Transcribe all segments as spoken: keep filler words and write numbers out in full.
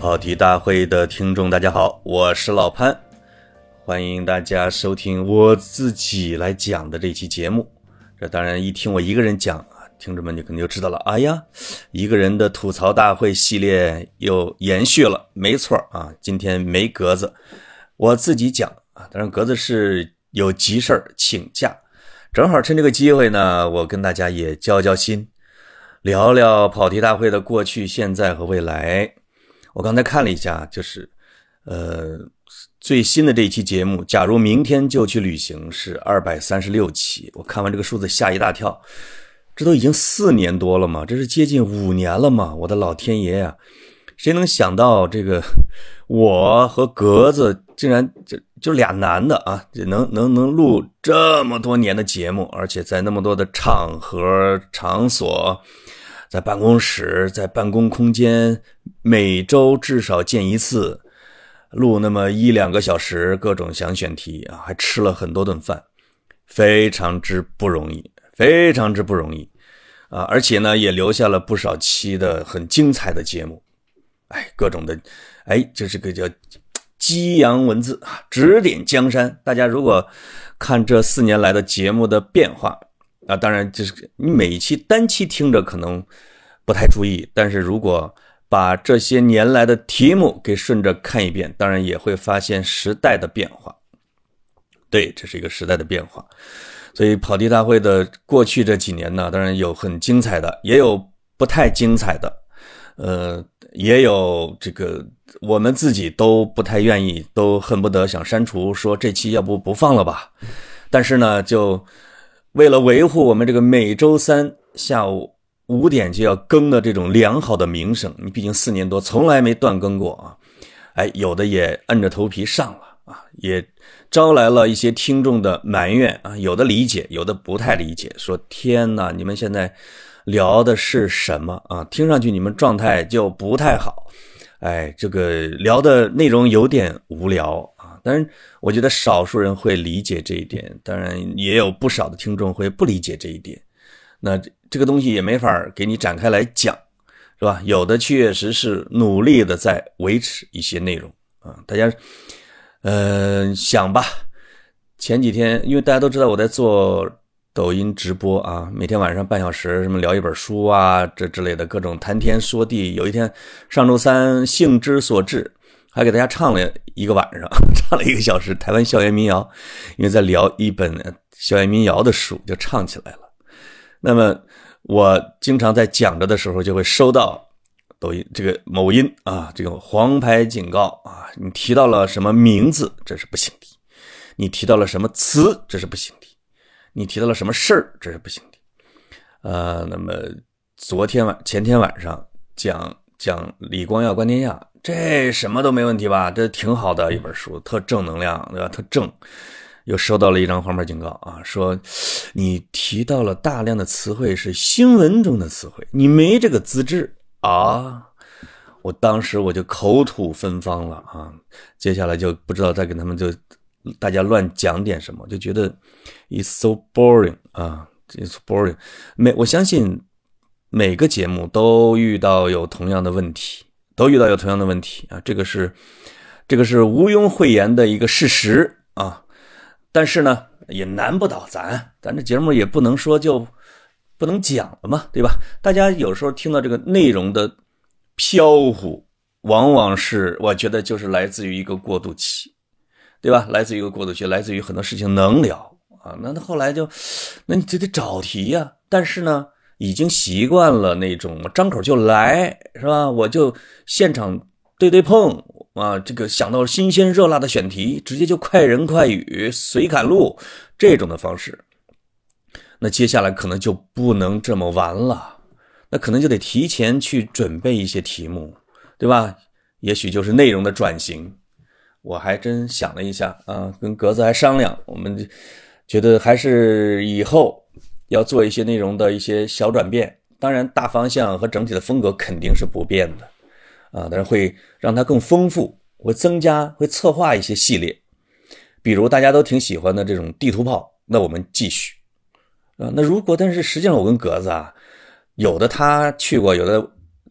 跑题大会的听众大家好，我是老潘，欢迎大家收听我自己来讲的这期节目。这当然一听我一个人讲，听众们就肯定就知道了，哎呀，一个人的吐槽大会系列又延续了。没错啊，今天没格子，我自己讲啊，当然格子是有急事儿请假，正好趁这个机会呢，我跟大家也交交心，聊聊跑题大会的过去、现在和未来。我刚才看了一下，就是呃最新的这一期节目，假如明天就去旅行是二百三十六期，我看完这个数字吓一大跳，这都已经四年多了嘛，这是接近五年了嘛，我的老天爷呀、啊！谁能想到这个我和格子竟然就就俩男的啊，能能能录这么多年的节目，而且在那么多的场合场所，在办公室，在办公空间，每周至少见一次，录那么一两个小时，各种想选题啊，还吃了很多顿饭，非常之不容易，非常之不容易啊！而且呢，也留下了不少期的很精彩的节目，哎，各种的，哎，这是个叫激扬文字啊，指点江山。大家如果看这四年来的节目的变化啊，当然就是你每一期单期听着可能不太注意，但是如果把这些年来的题目给顺着看一遍，当然也会发现时代的变化。对，这是一个时代的变化。所以跑题大会的过去这几年呢，当然有很精彩的，也有不太精彩的，呃，也有这个我们自己都不太愿意，都恨不得想删除，说这期要不不放了吧。但是呢，就为了维护我们这个每周三下午五点就要更的这种良好的名声，你毕竟四年多从来没断更过啊，哎，有的也硬着头皮上了啊，也招来了一些听众的埋怨啊，有的理解，有的不太理解，说天哪，你们现在聊的是什么啊？听上去你们状态就不太好，哎，这个聊的内容有点无聊。当然我觉得少数人会理解这一点，当然也有不少的听众会不理解这一点，那这个东西也没法给你展开来讲，是吧？有的确实是努力的在维持一些内容啊，大家呃想吧，前几天因为大家都知道我在做抖音直播啊，每天晚上半小时什么聊一本书啊，这之类的各种谈天说地。有一天上周三兴之所至，还给大家唱了一个晚上，唱了一个小时台湾校园民谣，因为在聊一本校园民谣的书，就唱起来了。那么我经常在讲着的时候就会收到抖音这个某音啊，这个黄牌警告啊，你提到了什么名字，这是不行的；你提到了什么词，这是不行的；你提到了什么事儿，这是不行的。呃，那么昨天晚前天晚上讲讲李光耀观天下，这什么都没问题吧？这挺好的一本书，特正能量，对吧？特正。又收到了一张黄牌警告啊，说你提到了大量的词汇是新闻中的词汇，你没这个资质啊！我当时我就口吐芬芳了啊，接下来就不知道再跟他们就大家乱讲点什么，就觉得 it's so boring 啊 ，it's boring。每我相信每个节目都遇到有同样的问题，都遇到有同样的问题啊，这个是这个是毋庸讳言的一个事实啊。但是呢，也难不倒咱，咱这节目也不能说就不能讲了嘛，对吧？大家有时候听到这个内容的飘忽，往往是我觉得就是来自于一个过渡期，对吧？来自于一个过渡期，来自于很多事情能聊啊，那后来就，那你就得找题呀、啊。但是呢，已经习惯了那种张口就来，是吧？我就现场对对碰。啊，这个想到新鲜热辣的选题，直接就快人快语随砍录这种的方式，那接下来可能就不能这么玩了，那可能就得提前去准备一些题目，对吧？也许就是内容的转型。我还真想了一下啊，跟格子还商量，我们觉得还是以后要做一些内容的一些小转变，当然大方向和整体的风格肯定是不变的。啊，但是会让它更丰富，会增加，会策划一些系列，比如大家都挺喜欢的这种地图炮，那我们继续啊。那如果但是实际上我跟格子啊，有的他去过，有的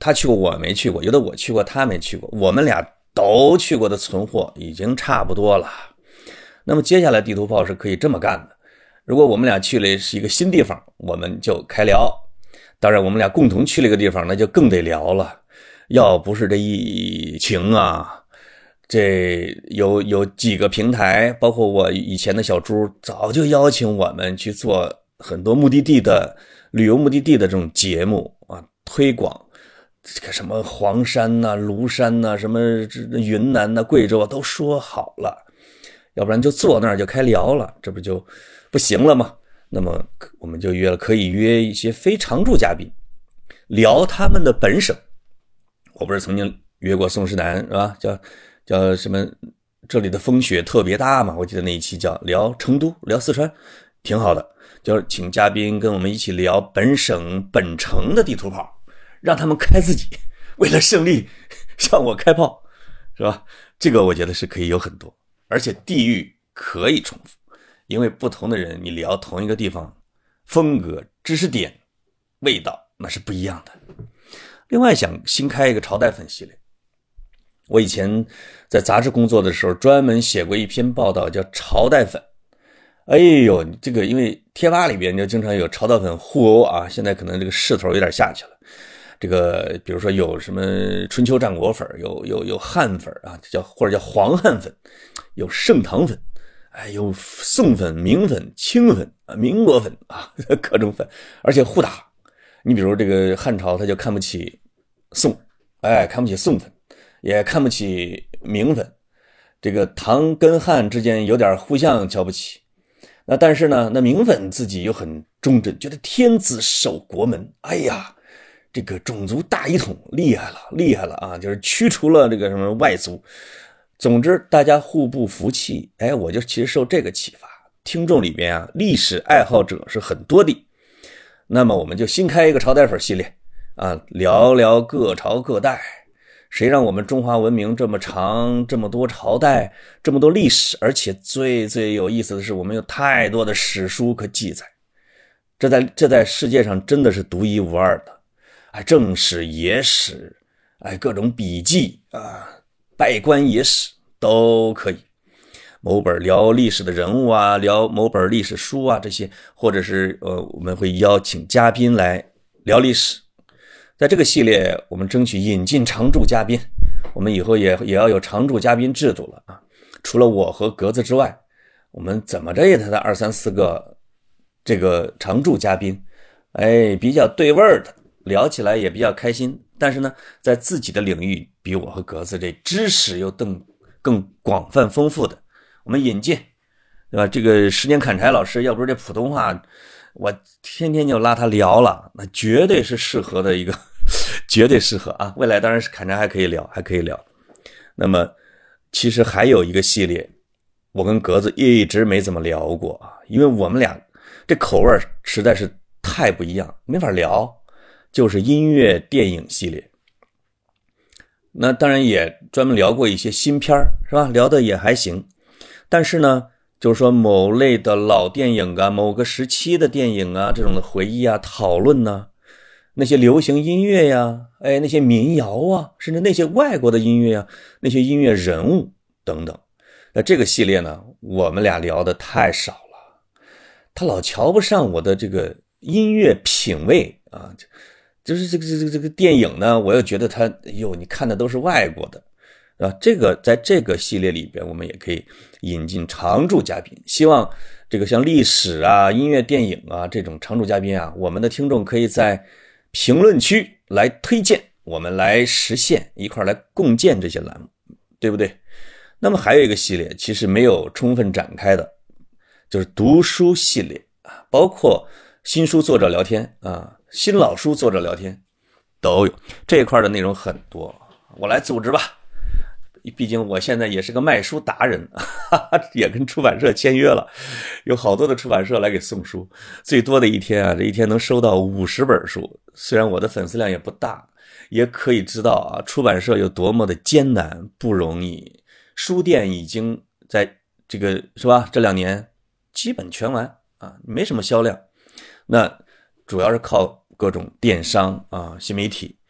他去过我没去过，有的我去过他没去过，我们俩都去过的存货已经差不多了。那么接下来地图炮是可以这么干的，如果我们俩去了是一个新地方，我们就开聊，当然我们俩共同去了一个地方，那就更得聊了。要不是这疫情啊，这有有几个平台，包括我以前的小猪早就邀请我们去做很多目的地的旅游目的地的这种节目啊，推广这个什么黄山呐、啊、庐山呐、啊、什么云南呐、啊、贵州啊都说好了，要不然就坐那儿就开聊了，这不就不行了吗？那么我们就约了，可以约一些非常驻嘉宾聊他们的本省。我不是曾经约过宋世南是吧？叫叫什么？这里的风雪特别大嘛？我记得那一期叫聊成都、聊四川，挺好的。就是请嘉宾跟我们一起聊本省本城的地图炮，让他们开自己，为了胜利向我开炮，是吧？这个我觉得是可以有很多，而且地域可以重复，因为不同的人你聊同一个地方，风格、知识点、味道那是不一样的。另外想新开一个朝代粉系列，我以前在杂志工作的时候专门写过一篇报道叫朝代粉。哎呦，这个因为贴吧里边就经常有朝代粉互殴啊，现在可能这个势头有点下去了。这个比如说有什么春秋战国粉，有有有汉粉啊，叫或者叫黄汉粉，有盛唐粉，哎，有宋粉、明粉、清粉啊、民国粉啊，各种粉，而且互打。你比如这个汉朝他就看不起宋，哎，看不起宋粉，也看不起明粉，这个唐跟汉之间有点互相瞧不起。那但是呢，那明粉自己又很忠贞，觉得天子守国门，哎呀，这个种族大一统，厉害了，厉害了啊！就是驱除了这个什么外族。总之，大家互不服气。哎，我就其实受这个启发，听众里边啊，历史爱好者是很多的。那么我们就新开一个朝代粉系列啊，聊聊各朝各代。谁让我们中华文明这么长，这么多朝代，这么多历史，而且最最有意思的是，我们有太多的史书可记载，这在这在世界上真的是独一无二的。哎，正史、野史，哎，各种笔记啊，拜官野史都可以。某本聊历史的人物啊，聊某本历史书啊，这些，或者是呃，我们会邀请嘉宾来聊历史。在这个系列，我们争取引进常驻嘉宾，我们以后也也要有常驻嘉宾制度了啊！除了我和格子之外，我们怎么着也得二三四个这个常驻嘉宾，哎，比较对味儿的，聊起来也比较开心。但是呢，在自己的领域比我和格子这知识又更更广泛丰富的，我们引进，对吧？这个十年砍柴老师，要不是这普通话，我天天就拉他聊了，那绝对是适合的一个，绝对适合啊！未来当然是砍柴还可以聊，还可以聊。那么其实还有一个系列，我跟格子一直没怎么聊过啊，因为我们俩这口味实在是太不一样，没法聊。就是音乐电影系列。那当然也专门聊过一些新片是吧？聊的也还行。但是呢，就是说某类的老电影啊，某个时期的电影啊，这种的回忆啊、讨论啊，那些流行音乐呀，哎，那些民谣啊，甚至那些外国的音乐啊，那些音乐人物等等。那这个系列呢，我们俩聊的太少了，他老瞧不上我的这个音乐品味啊，就是这个这个这个电影呢，我又觉得他，哎呦，你看的都是外国的。啊，这个在这个系列里边，我们也可以引进常驻嘉宾。希望这个像历史啊、音乐、电影啊这种常驻嘉宾啊，我们的听众可以在评论区来推荐，我们来实现，一块来共建这些栏目，对不对？那么还有一个系列，其实没有充分展开的，就是读书系列啊，包括新书作者聊天啊、新老书作者聊天都有，这一块的内容很多，我来组织吧。毕竟我现在也是个卖书达人，哈哈，也跟出版社签约了，有好多的出版社来给送书，最多的一天啊，这一天能收到五十本书。虽然我的粉丝量也不大，也可以知道啊，出版社有多么的艰难不容易。书店已经在这个是吧？这两年基本全完啊，没什么销量。那主要是靠各种电商啊、新媒体。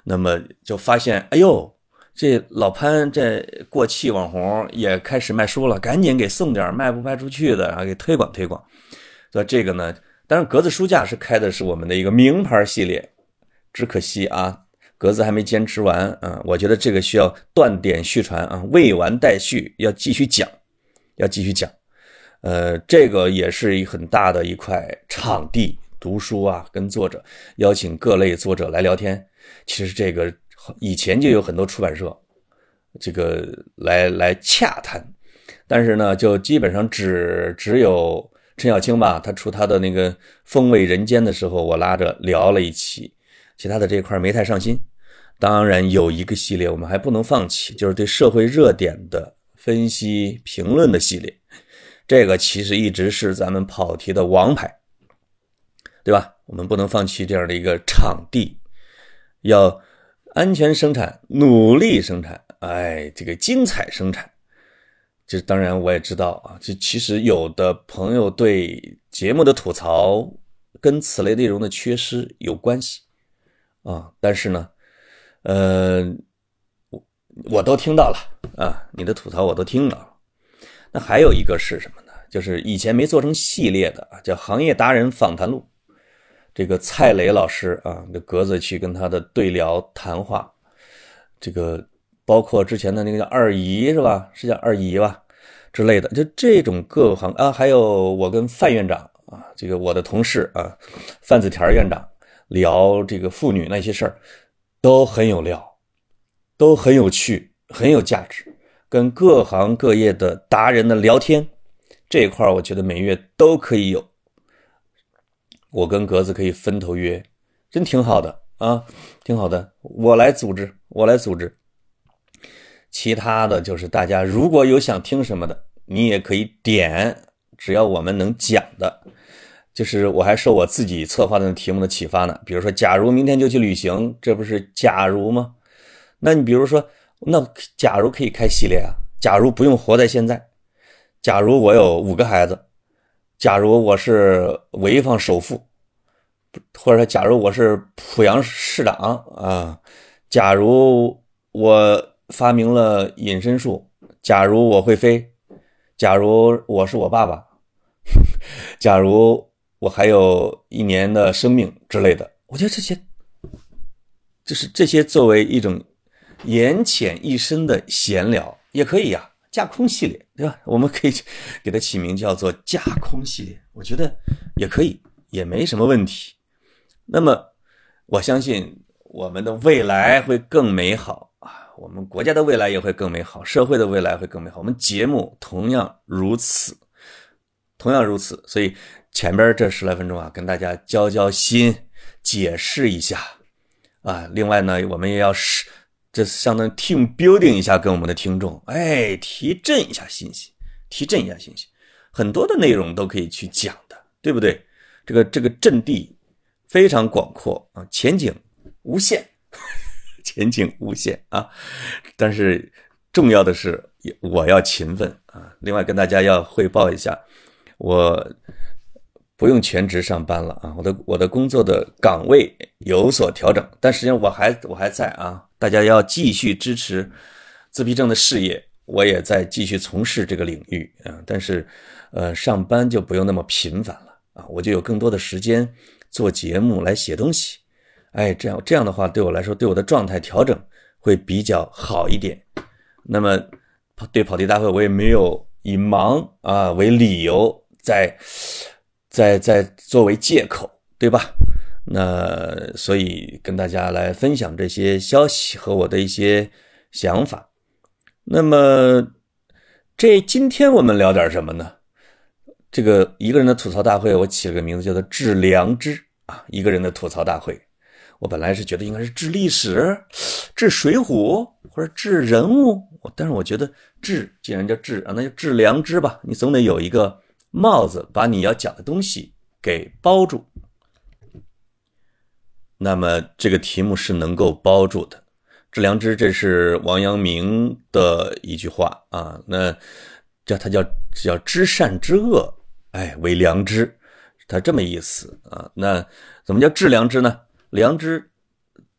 那么就发现，哎呦，这老潘这过气网红也开始卖书了，赶紧给送点卖不卖出去的，然后给推广推广。所以这个呢，当然格子书架是开的是我们的一个名牌系列，只可惜啊，格子还没坚持完啊，我觉得这个需要断点续传啊，未完待续，要继续讲，要继续讲。呃，这个也是一很大的一块场地，读书啊，跟作者邀请各类作者来聊天。其实这个以前就有很多出版社这个来来洽谈，但是呢，就基本上只只有陈小青吧，他出他的那个《风味人间》的时候，我拉着聊了一期，其他的这块没太上心。当然有一个系列我们还不能放弃，就是对社会热点的分析评论的系列。这个其实一直是咱们跑题的王牌，对吧？我们不能放弃这样的一个场地，要安全生产，努力生产，哎，这个精彩生产。这当然我也知道啊，这其实有的朋友对节目的吐槽跟此类内容的缺失有关系啊，但是呢，呃，我我都听到了啊，你的吐槽我都听到了。那还有一个是什么呢？就是以前没做成系列的叫行业达人访谈录，这个蔡磊老师啊，这格子去跟他的对聊谈话，这个包括之前的那个叫二姨是吧？是叫二姨吧之类的，就这种各行啊，还有我跟范院长啊，这个我的同事啊，范子田院长聊这个妇女那些事儿，都很有料，都很有趣，很有价值。跟各行各业的达人的聊天这一块，我觉得每月都可以有，我跟格子可以分头约，真挺好的啊，挺好的。我来组织，我来组织。其他的就是大家如果有想听什么的，你也可以点，只要我们能讲的。就是我还受我自己策划的题目的启发呢，比如说假如明天就去旅行，这不是假如吗？那你比如说那假如可以开系列啊，假如不用活在现在，假如我有五个孩子，假如我是潍坊首富，或者说假如我是濮阳市长啊，假如我发明了隐身术，假如我会飞，假如我是我爸爸，假如我还有一年的生命之类的，我觉得这些就是这些作为一种言浅意深的闲聊也可以呀、啊，架空系列，对吧？我们可以给它起名叫做架空系列，我觉得也可以，也没什么问题。那么我相信我们的未来会更美好啊，我们国家的未来也会更美好，社会的未来会更美好，我们节目同样如此，同样如此。所以前边这十来分钟啊，跟大家交交心，解释一下啊。另外呢，我们也要是这相当于 team building 一下，跟我们的听众，哎，提振一下信心，提振一下信心。很多的内容都可以去讲的，对不对？这个这个阵地非常广阔啊，前景无限，前景无限啊！但是重要的是，我要勤奋啊。另外跟大家要汇报一下，我不用全职上班了啊，我的我的工作的岗位有所调整，但实际上我还我还在啊。大家要继续支持自闭症的事业，我也在继续从事这个领域啊。但是，呃，上班就不用那么频繁了啊，我就有更多的时间做节目来写东西。哎，这样这样的话，对我来说，对我的状态调整会比较好一点。那么，对跑题大会，我也没有以忙啊为理由，在在在作为借口，对吧？那所以跟大家来分享这些消息和我的一些想法。那么这今天我们聊点什么呢？这个一个人的吐槽大会，我起了个名字叫做致良知啊，一个人的吐槽大会。我本来是觉得应该是致历史、致水浒或者致人物，但是我觉得致既然叫致啊，那就致良知吧，你总得有一个帽子把你要讲的东西给包住。那么这个题目是能够包住的。致良知，这是王阳明的一句话啊，那叫他叫叫知善知恶，哎，为良知，他这么意思啊。那怎么叫致良知呢？良知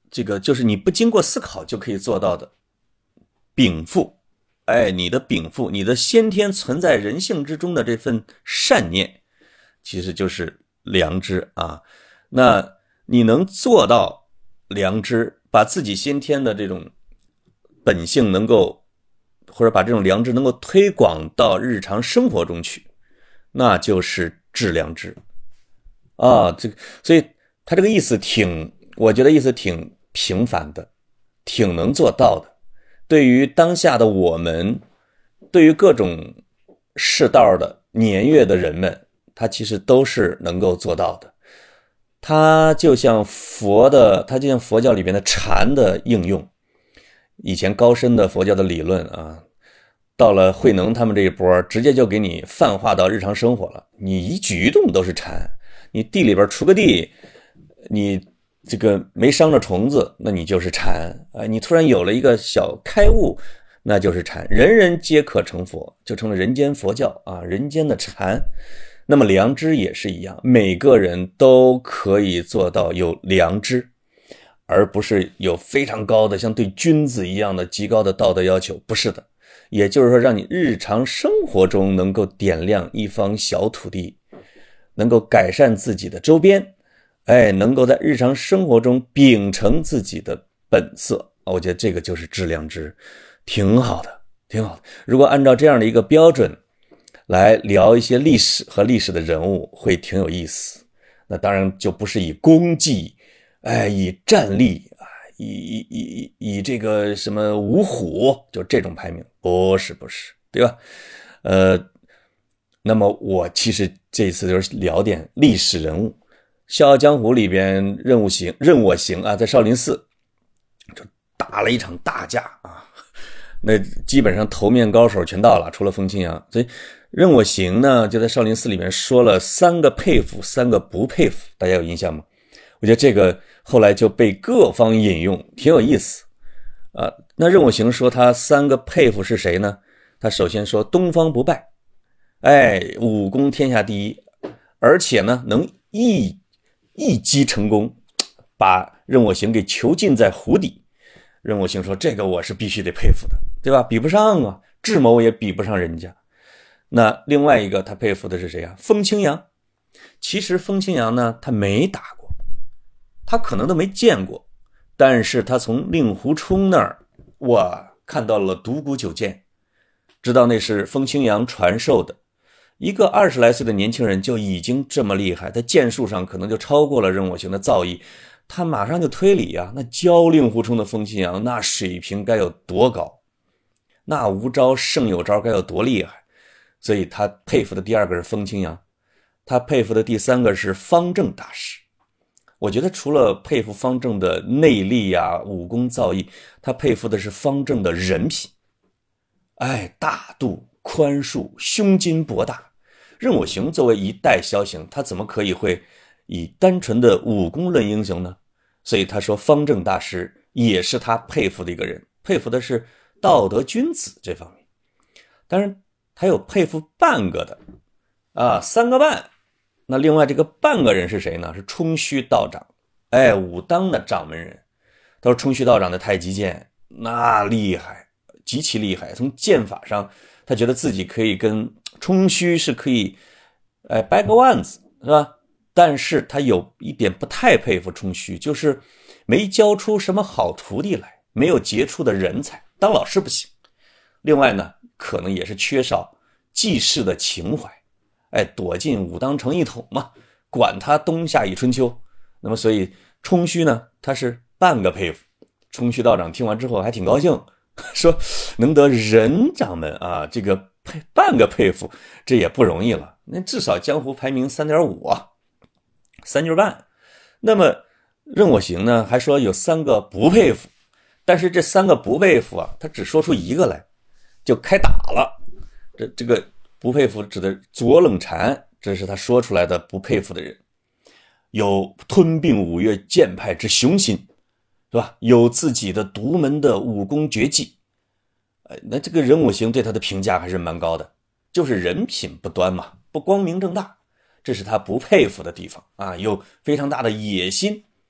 这个就是你不经过思考就可以做到的禀赋，哎，你的禀赋，你的先天存在人性之中的这份善念，其实就是良知啊。那你能做到良知，把自己先天的这种本性能够，或者把这种良知能够推广到日常生活中去，那就是致良知啊。这个，所以他这个意思挺，我觉得意思挺平凡的，挺能做到的。对于当下的我们，对于各种世道的年月的人们，他其实都是能够做到的。他就像佛的，他就像佛教里边的禅的应用。以前高深的佛教的理论啊，到了慧能他们这一波，直接就给你泛化到日常生活了。你一举一动都是禅，你地里边锄个地，你这个没伤着虫子，那你就是禅啊！你突然有了一个小开悟，那就是禅。人人皆可成佛，就成了人间佛教啊，人间的禅。那么良知也是一样，每个人都可以做到有良知，而不是有非常高的像对君子一样的极高的道德要求，不是的。也就是说，让你日常生活中能够点亮一方小土地，能够改善自己的周边，哎，能够在日常生活中秉承自己的本色，我觉得这个就是致良知，挺好的，挺好的。如果按照这样的一个标准来聊一些历史和历史的人物，会挺有意思。那当然就不是以功绩，哎，以战力啊，以以以以这个什么五虎，就这种排名，不是不是，对吧？呃，那么我其实这次就是聊点历史人物。笑傲江湖里边任务行任我行啊，在少林寺就打了一场大架啊，那基本上头面高手全到了，除了风清扬。所以任我行呢就在少林寺里面说了三个佩服，三个不佩服，大家有印象吗？我觉得这个后来就被各方引用，挺有意思啊。那任我行说他三个佩服是谁呢？他首先说东方不败，哎，武功天下第一，而且呢能一一击成功，把任我行给囚禁在湖底。任我行说这个我是必须得佩服的，对吧？比不上啊，智谋也比不上人家。那另外一个他佩服的是谁啊？风清扬。其实风清扬呢他没打过，他可能都没见过，但是他从令狐冲那儿哇看到了独孤九剑，知道那是风清扬传授的。一个二十来岁的年轻人就已经这么厉害，在剑术上可能就超过了任我行的造诣。他马上就推理啊，那教令狐冲的风清扬那水平该有多高，那无招胜有招该有多厉害。所以他佩服的第二个是风清扬，他佩服的第三个是方正大师。我觉得除了佩服方正的内力啊、武功造诣，他佩服的是方正的人品。哎，大度宽恕，胸襟博大。任我行作为一代枭雄，他怎么可以会以单纯的武功论英雄呢？所以他说方正大师也是他佩服的一个人，佩服的是道德君子这方面。当然他有佩服半个的啊，三个半。那另外这个半个人是谁呢？是冲虚道长，哎，武当的掌门人。他说冲虚道长的太极剑那厉害，极其厉害，从剑法上他觉得自己可以跟冲虚是可以哎掰个腕子，是吧？但是他有一点不太佩服冲虚，就是没教出什么好徒弟来，没有杰出的人才，当老师不行。另外呢，可能也是缺少济世的情怀，哎，躲进武当成一统嘛，管他冬夏与春秋。那么所以冲虚呢，他是半个佩服。冲虚道长听完之后还挺高兴，说能得任掌门啊，这个配半个佩服，这也不容易了。那至少江湖排名 三点五 啊，三句半。那么任我行呢还说有三个不佩服，但是这三个不佩服啊，他只说出一个来就开打了。这这个不佩服指的左冷禅，这是他说出来的不佩服的人。有吞并五岳剑派之雄心，是吧？有自己的独门的武功绝技。呃，那这个任我行对他的评价还是蛮高的，就是人品不端嘛，不光明正大，这是他不佩服的地方啊，有非常大的野心，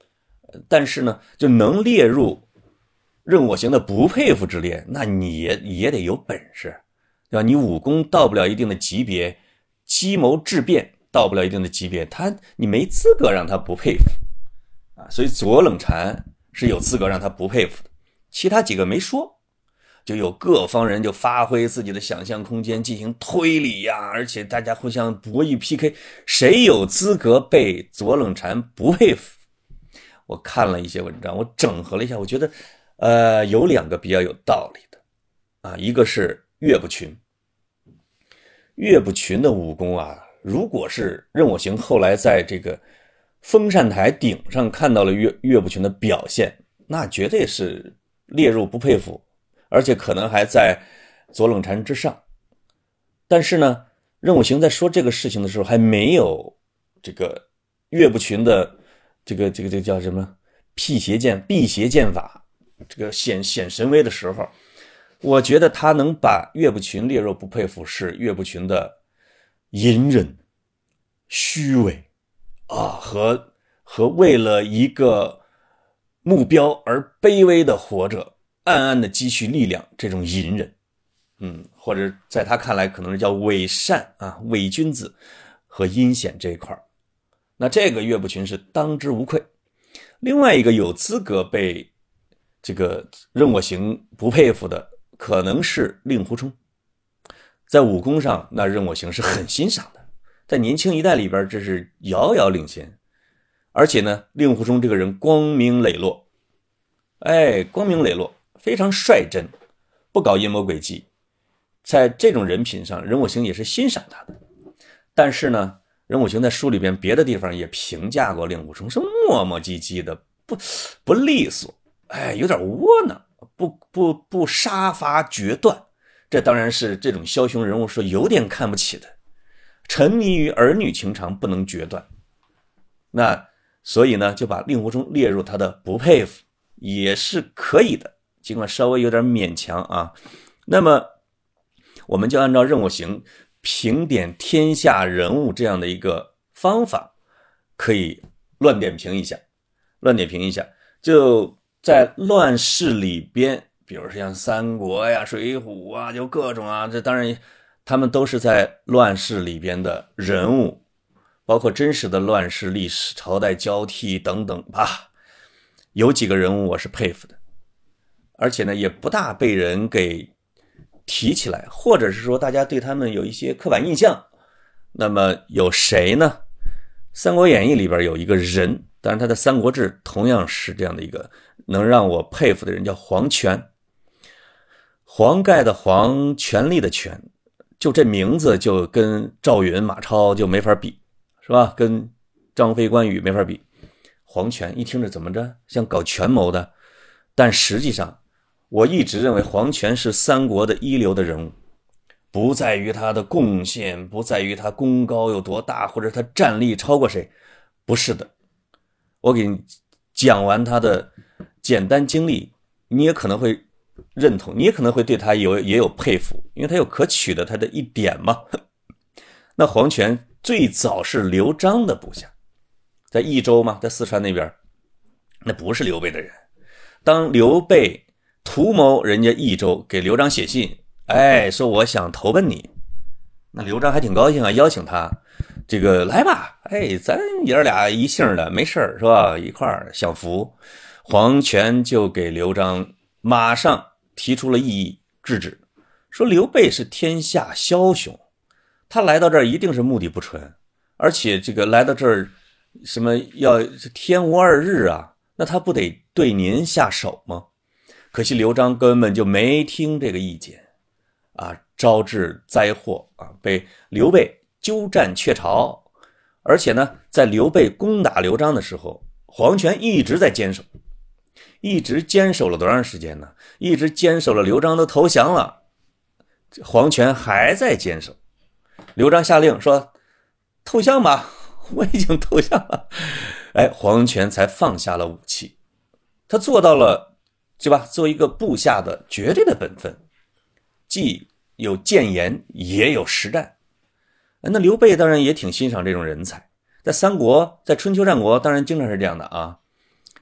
但是呢，就能列入任我行的不佩服之列，那你也也得有本事，对吧？你武功到不了一定的级别，机谋智辩到不了一定的级别，他你没资格让他不佩服啊。所以左冷禅是有资格让他不佩服的，其他几个没说。就有各方人就发挥自己的想象空间进行推理呀、啊，而且大家互相博弈 P K， 谁有资格被左冷禅不佩服？我看了一些文章，我整合了一下，我觉得呃有两个比较有道理的啊，一个是岳不群。岳不群的武功啊，如果是任我行后来在这个风扇台顶上看到了岳岳不群的表现，那绝对是列入不佩服，而且可能还在左冷禅之上。但是呢，任我行在说这个事情的时候，还没有这个岳不群的这个这个这个叫什么辟邪剑、辟邪剑法，这个显显神威的时候，我觉得他能把岳不群列入不佩服，是岳不群的隐忍、虚伪啊，和和为了一个目标而卑微的活着，暗暗的积蓄力量，这种隐忍，嗯，或者在他看来可能是叫伪善啊、伪君子和阴险这一块。那这个岳不群是当之无愧。另外一个有资格被这个任我行不佩服的，可能是令狐冲。在武功上，那任我行是很欣赏的，在年轻一代里边，这是遥遥领先。而且呢，令狐冲这个人光明磊落，哎，光明磊落，非常率真，不搞阴谋诡计。在这种人品上，任我行也是欣赏他的。但是呢，任我行在书里边别的地方也评价过令狐冲，是磨磨唧唧的，不不利索，哎，有点窝囊，不不不杀伐决断。这当然是这种枭雄人物说有点看不起的，沉迷于儿女情长，不能决断。那所以呢，就把令狐冲列入他的不佩服也是可以的，尽管稍微有点勉强啊。那么我们就按照任我行评点天下人物这样的一个方法，可以乱点评一下，乱点评一下。就在乱世里边，比如说像三国呀、水浒啊，就各种啊，这当然他们都是在乱世里边的人物，包括真实的乱世历史、朝代交替等等吧。有几个人物我是佩服的，而且呢也不大被人给提起来，或者是说大家对他们有一些刻板印象。那么有谁呢？三国演义里边有一个人，当然他的三国志同样是这样的一个能让我佩服的人，叫黄权。黄盖的黄，权力的权，就这名字就跟赵云、马超就没法比，是吧？跟张飞、关羽没法比。黄权一听着怎么着像搞权谋的，但实际上我一直认为黄权是三国的一流的人物，不在于他的贡献，不在于他功高有多大，或者他战力超过谁，不是的。我给你讲完他的简单经历，你也可能会认同，你也可能会对他有也有佩服，因为他有可取的他的一点嘛。那黄权最早是刘璋的部下，在益州嘛，在四川那边，那不是刘备的人。当刘备图谋人家益州，给刘璋写信，哎，说我想投奔你，那刘璋还挺高兴啊，邀请他，这个来吧，哎，咱爷俩一姓的，没事是吧？一块儿享福。黄权就给刘璋马上提出了异议，制止，说刘备是天下枭雄，他来到这儿一定是目的不纯，而且这个来到这儿什么要天无二日啊，那他不得对您下手吗？可惜刘璋根本就没听这个意见啊，招致灾祸啊，被刘备鸠占鹊巢。而且呢，在刘备攻打刘璋的时候，黄权一直在坚守，一直坚守了多长时间呢？一直坚守了刘璋都投降了，黄权还在坚守。刘璋下令说投降吧，我已经投降了，哎，黄权才放下了武器。他做到了，对吧？做一个部下的绝对的本分，既有谏言也有实战。那刘备当然也挺欣赏这种人才，在三国，在春秋战国当然经常是这样的啊。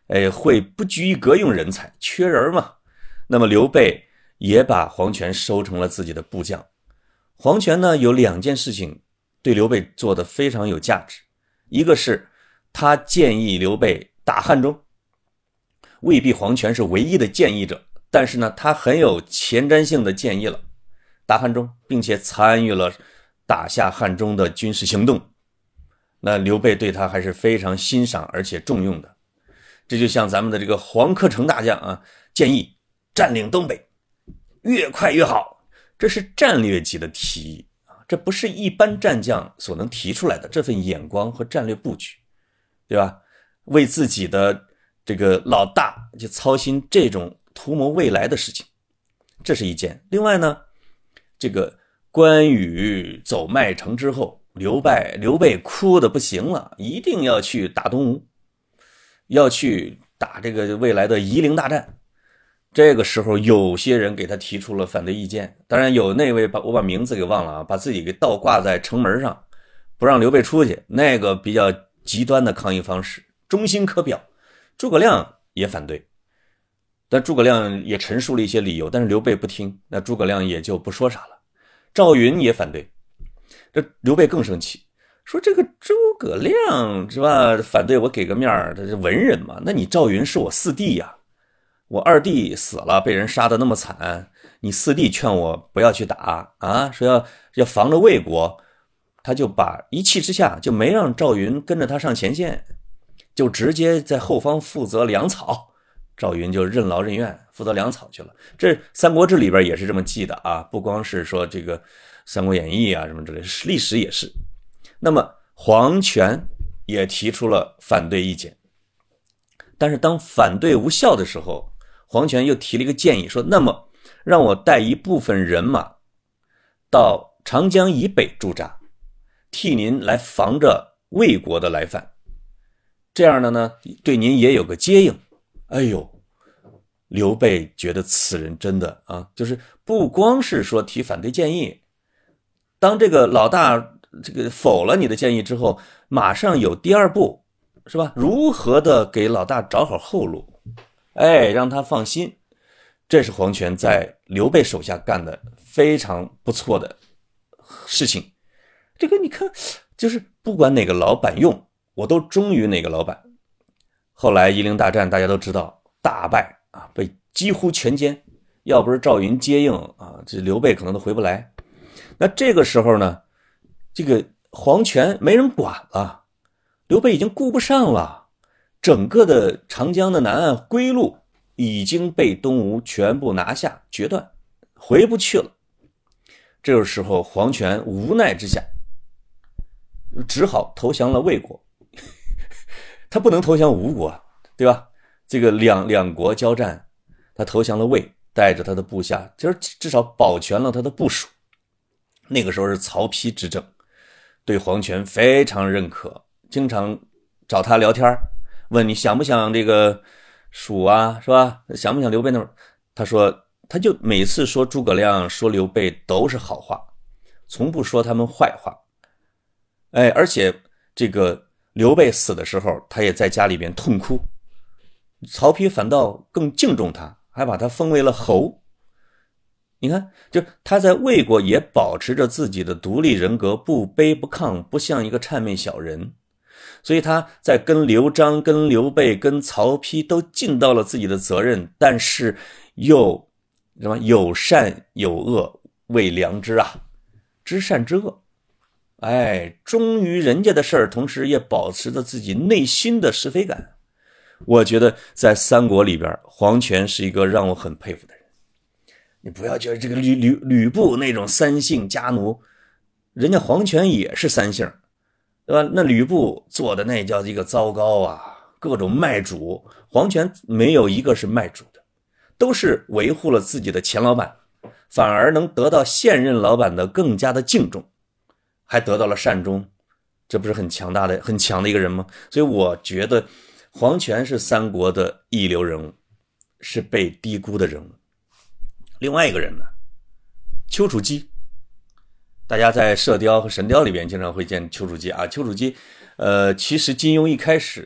哎，会不拘一格用人才，缺人嘛。那么刘备也把黄权收成了自己的部将。黄权呢，有两件事情对刘备做得非常有价值，一个是他建议刘备打汉中，未必黄权是唯一的建议者，但是呢，他很有前瞻性的建议了打汉中，并且参与了打下汉中的军事行动。那刘备对他还是非常欣赏而且重用的。这就像咱们的这个黄克诚大将啊，建议占领东北，越快越好，这是战略级的提议啊，这不是一般战将所能提出来的这份眼光和战略布局，对吧？为自己的这个老大就操心这种图谋未来的事情，这是一件。另外呢，这个关羽走麦城之后，刘备刘备哭得不行了，一定要去打东吴，要去打这个未来的夷陵大战。这个时候有些人给他提出了反对意见，当然有那位把我把名字给忘了啊，把自己给倒挂在城门上，不让刘备出去，那个比较极端的抗议方式，忠心可表。诸葛亮也反对，但诸葛亮也陈述了一些理由，但是刘备不听，那诸葛亮也就不说啥了。赵云也反对，这刘备更生气，说这个诸葛亮是吧，反对我给个面儿，他是文人嘛，那你赵云是我四弟呀、啊，我二弟死了，被人杀得那么惨，你四弟劝我不要去打啊，说要要防着魏国，他就把一气之下就没让赵云跟着他上前线，就直接在后方负责粮草，赵云就任劳任怨负责粮草去了。这《三国志》里边也是这么记的啊，不光是说这个《三国演义》啊什么之类，历史也是。那么黄权也提出了反对意见，但是当反对无效的时候，黄权又提了一个建议，说那么让我带一部分人马到长江以北驻扎，替您来防着魏国的来犯，这样的呢对您也有个接应。哎呦，刘备觉得此人真的啊，就是不光是说提反对建议，当这个老大这个否了你的建议之后，马上有第二步，是吧？如何的给老大找好后路，哎，让他放心。这是黄权在刘备手下干的非常不错的事情。这个你看，就是不管哪个老板用，我都忠于哪个老板。后来夷陵大战大家都知道大败啊，被几乎全歼，要不是赵云接应啊，这刘备可能都回不来。那这个时候呢，这个黄权没人管了，刘备已经顾不上了，整个的长江的南岸归路已经被东吴全部拿下决断，回不去了。这个时候黄权无奈之下只好投降了魏国他不能投降吴国，对吧？这个两两国交战，他投降了魏，带着他的部下，就是至少保全了他的部属。那个时候是曹丕执政，对黄权非常认可，经常找他聊天，问你想不想这个蜀啊，是吧？想不想刘备那会儿？他说，他就每次说诸葛亮说刘备都是好话，从不说他们坏话。哎，而且这个刘备死的时候，他也在家里边痛哭，曹丕反倒更敬重他，还把他封为了侯。你看，就他在魏国也保持着自己的独立人格，不卑不亢，不像一个谄媚小人。所以他在跟刘璋、跟刘备、跟曹丕都尽到了自己的责任，但是又什么有善有恶，为良知啊，知善知恶。哎，忠于人家的事儿，同时也保持着自己内心的是非感。我觉得在三国里边，黄权是一个让我很佩服的人。你不要觉得这个吕吕吕布那种三姓家奴，人家黄权也是三姓，对吧？那吕布做的那叫一个糟糕啊，各种卖主，黄权没有一个是卖主的，都是维护了自己的前老板，反而能得到现任老板的更加的敬重，还得到了善终，这不是很强大的很强的一个人吗？所以我觉得黄权是三国的一流人物，是被低估的人物。另外一个人呢，丘处机，大家在射雕和神雕里边经常会见丘处机啊。丘处机，呃，其实金庸一开始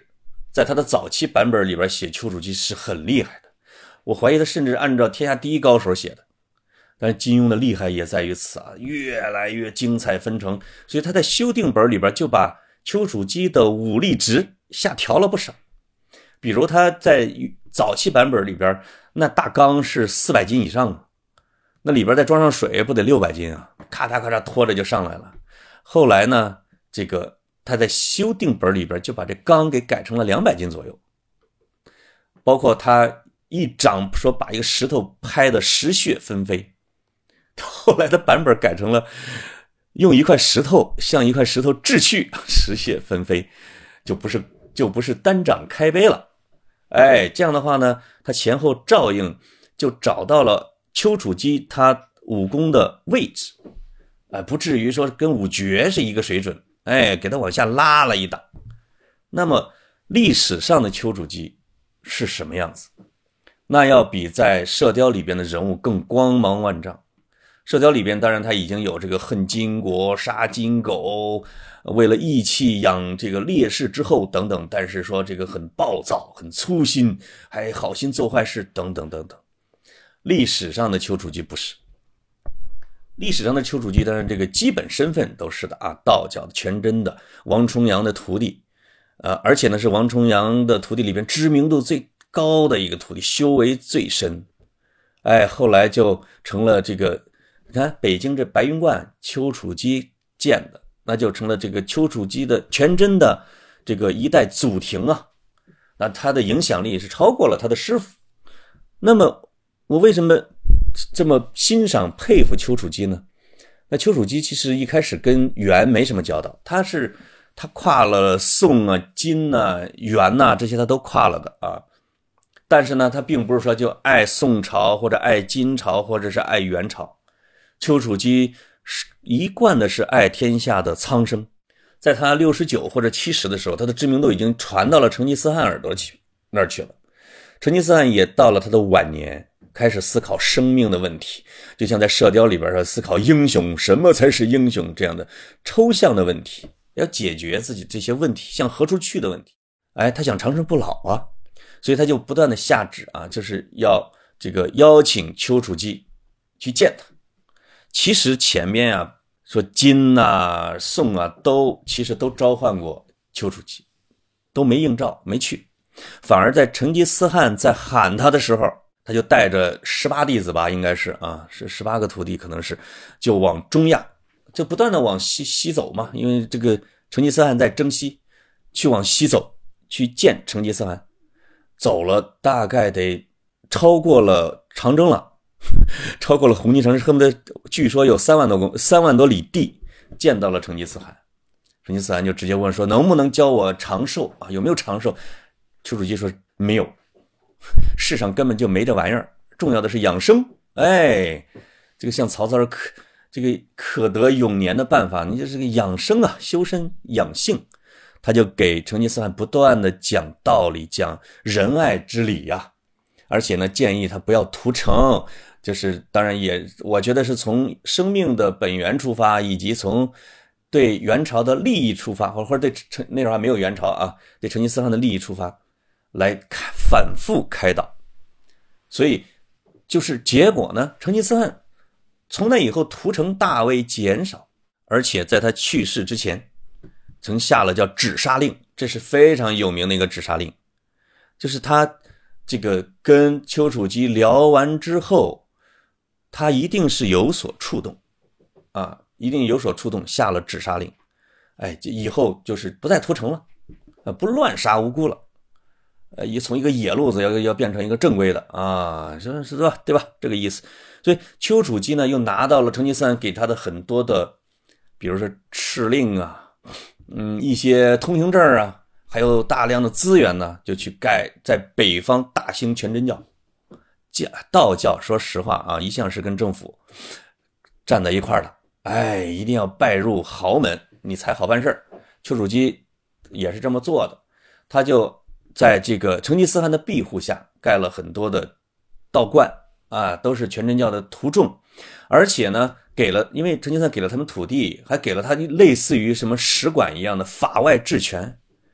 在他的早期版本里边写丘处机是很厉害的，我怀疑他甚至按照天下第一高手写的。但是金庸的厉害也在于此啊，越来越精彩纷呈，所以他在修订本里边就把丘处机的武力值下调了不少。比如他在早期版本里边，那大缸是四百斤以上啊，那里边再装上水不得六百斤啊，咔嚓咔嚓拖着就上来了。后来呢，这个他在修订本里边就把这缸给改成了两百斤左右，包括他一掌说把一个石头拍的石屑纷飞，后来的版本改成了用一块石头像一块石头掷去，石屑纷飞，就不是就不是单掌开杯了。哎，这样的话呢，他前后照应就找到了丘处机他武功的位置，哎，不至于说跟五绝是一个水准，哎，给他往下拉了一档。那么历史上的丘处机是什么样子？那要比在射雕里边的人物更光芒万丈。射雕里边当然他已经有这个恨金国、杀金狗，为了义气养这个烈士之后等等，但是说这个很暴躁、很粗心，还好心做坏事等等等等。历史上的丘处机不是，历史上的丘处机当然这个基本身份都是的啊，道教的全真的王重阳的徒弟，呃，而且呢是王重阳的徒弟里边知名度最高的一个徒弟，修为最深。哎，后来就成了这个，你看北京这白云观丘处机建的，那就成了这个丘处机的全真的这个一代祖庭啊。那他的影响力是超过了他的师傅。那么我为什么这么欣赏佩服丘处机呢？那丘处机其实一开始跟元没什么交道，他是他跨了宋啊、金啊、元啊这些他都跨了的啊。但是呢，他并不是说就爱宋朝或者爱金朝或者是爱元朝。丘处机一贯的是爱天下的苍生，在他六十九或者七十的时候，他的知名度已经传到了成吉思汗耳朵去那儿去了。成吉思汗也到了他的晚年，开始思考生命的问题，就像在射雕里边说思考英雄，什么才是英雄这样的抽象的问题，要解决自己这些问题向何处去的问题。哎，他想长生不老啊，所以他就不断的下旨啊，就是要这个邀请丘处机去见他。其实前面啊说金啊宋啊都其实都召唤过丘处机，都没应召没去，反而在成吉思汗在喊他的时候，他就带着十八弟子吧，应该是啊是十八个徒弟，可能是就往中亚就不断的往西西走嘛，因为这个成吉思汗在征西，去往西走去见成吉思汗，走了大概得超过了长征了，超过了红巾城，恨不得据说有三万多公三万多里地见到了成吉思汗。成吉思汗就直接问说能不能教我长寿啊？有没有长寿？丘处机说没有，世上根本就没这玩意儿，重要的是养生。哎，这个像曹操可这个可得永年的办法，你就是个养生啊，修身养性。他就给成吉思汗不断的讲道理，讲仁爱之理呀、啊，而且呢建议他不要屠城，就是当然也我觉得是从生命的本源出发，以及从对元朝的利益出发，或者对成那时候还没有元朝啊，对成吉思汗的利益出发来反复开导。所以就是结果呢，成吉思汗从那以后屠城大为减少，而且在他去世之前曾下了叫止杀令，这是非常有名的一个止杀令，就是他这个跟丘处机聊完之后，他一定是有所触动啊，一定有所触动，下了止杀令。哎，以后就是不再屠城了，呃，不乱杀无辜了，呃，也从一个野路子要要变成一个正规的啊，是是吧？对吧？这个意思。所以丘处机呢，又拿到了成吉思汗给他的很多的，比如说敕令啊。嗯，一些通行证啊，还有大量的资源呢，就去盖在北方大兴全真教。道教说实话啊，一向是跟政府站在一块的，哎，一定要拜入豪门，你才好办事。丘处机也是这么做的，他就在这个成吉思汗的庇护下盖了很多的道观啊，都是全真教的徒众，而且呢给了，因为成吉思汗给了他们土地，还给了他类似于什么使馆一样的法外治权。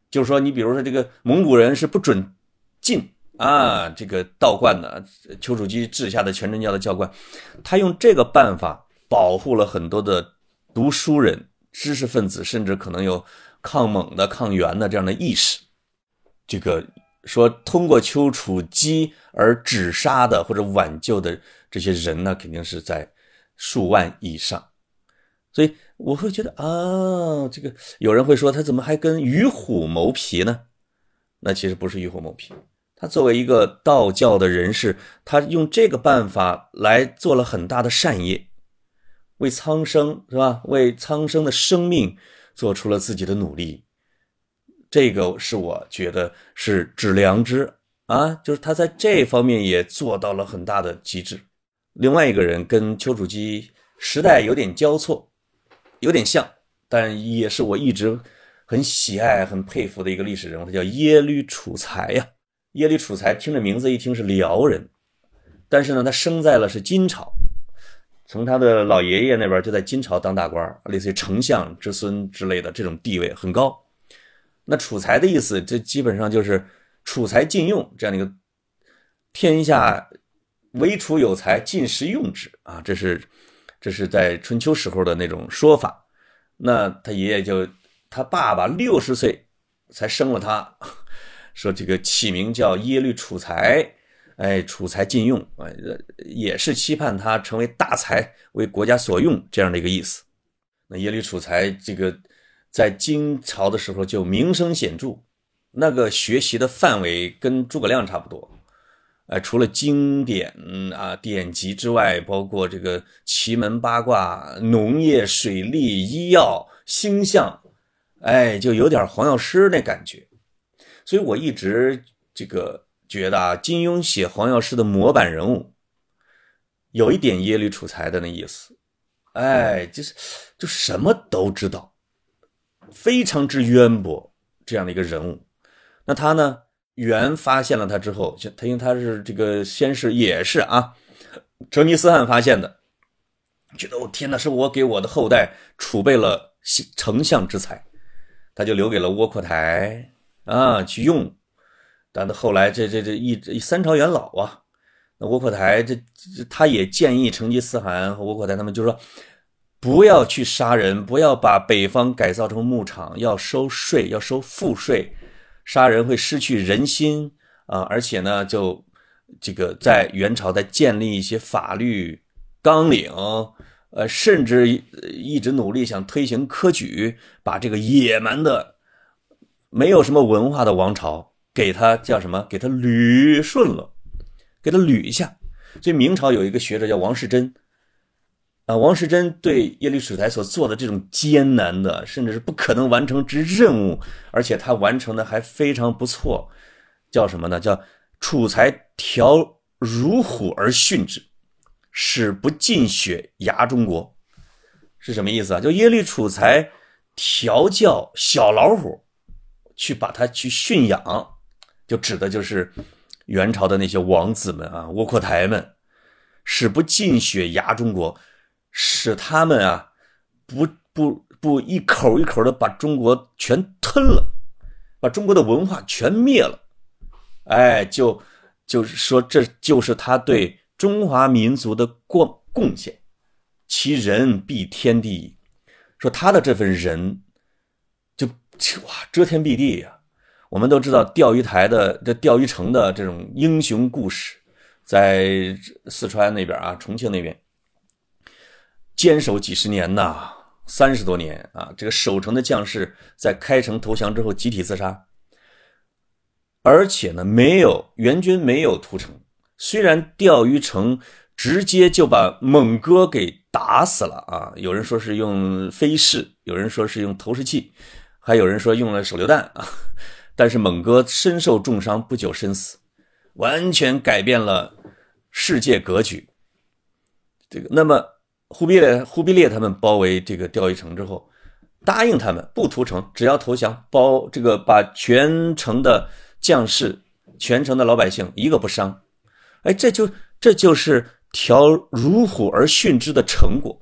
就是说你比如说这个蒙古人是不准进啊这个道观的，丘处机治下的全真教的教官，他用这个办法保护了很多的读书人、知识分子，甚至可能有抗蒙的、抗元的这样的意识。这个说通过丘处机而止杀的或者挽救的这些人呢，肯定是在数万以上。所以我会觉得啊，这个有人会说他怎么还跟与虎谋皮呢？那其实不是与虎谋皮，他作为一个道教的人士，他用这个办法来做了很大的善业，为苍生是吧？为苍生的生命做出了自己的努力。这个是我觉得是致良知啊，就是他在这方面也做到了很大的极致。另外一个人跟丘处机时代有点交错，有点像，但也是我一直很喜爱很佩服的一个历史人物，他叫耶律楚材呀、啊。耶律楚材听着名字一听是辽人，但是呢他生在了是金朝，从他的老爷爷那边就在金朝当大官，类似于丞相之孙之类的，这种地位很高。那楚材的意思，这基本上就是楚才尽用这样的一个天下唯楚有才，尽时用之啊，这是这是在春秋时候的那种说法。那他爷爷就他爸爸六十岁才生了他，说这个起名叫耶律楚材，哎，楚才尽用，哎，也是期盼他成为大才，为国家所用这样的一个意思。那耶律楚材这个在金朝的时候就名声显著，那个学习的范围跟诸葛亮差不多。呃，除了经典啊典籍之外，包括这个奇门八卦、农业、水利、医药、星象，哎，就有点黄药师那感觉。所以我一直这个觉得啊，金庸写黄药师的模板人物，有一点耶律楚材的那意思，哎，就是就什么都知道，非常之渊博这样的一个人物。那他呢？袁发现了他之后，他因为他是这个先是也是啊，成吉思汗发现的，觉得哦天哪，是我给我的后代储备了丞相之才，他就留给了窝阔台啊去用。但他后来这这这一三朝元老啊，那窝阔台这他也建议成吉思汗和窝阔台他们就说，不要去杀人，不要把北方改造成牧场，要收税，要收赋税。杀人会失去人心啊，而且呢，就这个在元朝在建立一些法律纲领，呃，甚至一直努力想推行科举，把这个野蛮的、没有什么文化的王朝给他叫什么？给他捋顺了，给他捋一下。所以明朝有一个学者叫王士祯。啊，王士祯对耶律楚材所做的这种艰难的，甚至是不可能完成之任务，而且他完成的还非常不错，叫什么呢？叫楚材调如虎而训之，使不尽血压中国。是什么意思啊？就耶律楚材调教小老虎，去把它去驯养，就指的就是元朝的那些王子们啊，窝阔台们，使不尽血压中国。使他们啊，不不不一口一口的把中国全吞了，把中国的文化全灭了，哎，就就是说这就是他对中华民族的贡贡献，其人必天地矣。说他的这份人，就哇遮天蔽地呀、啊。我们都知道钓鱼台的这钓鱼城的这种英雄故事，在四川那边啊，重庆那边。坚守几十年呐，三十多年啊！这个守城的将士在开城投降之后集体自杀，而且呢，没有援军没有屠城。虽然钓鱼城直接就把蒙哥给打死了啊，有人说是用飞矢，有人说是用投石器，还有人说用了手榴弹啊。但是蒙哥身受重伤，不久身死，完全改变了世界格局。这个那么。忽必烈忽必烈他们包围这个钓鱼城之后，答应他们不屠城，只要投降，包这个把全城的将士、全城的老百姓一个不伤。哎，这就这就是调如虎而训之的成果，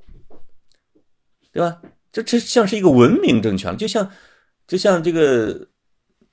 对吧？这这像是一个文明政权，就像就像这个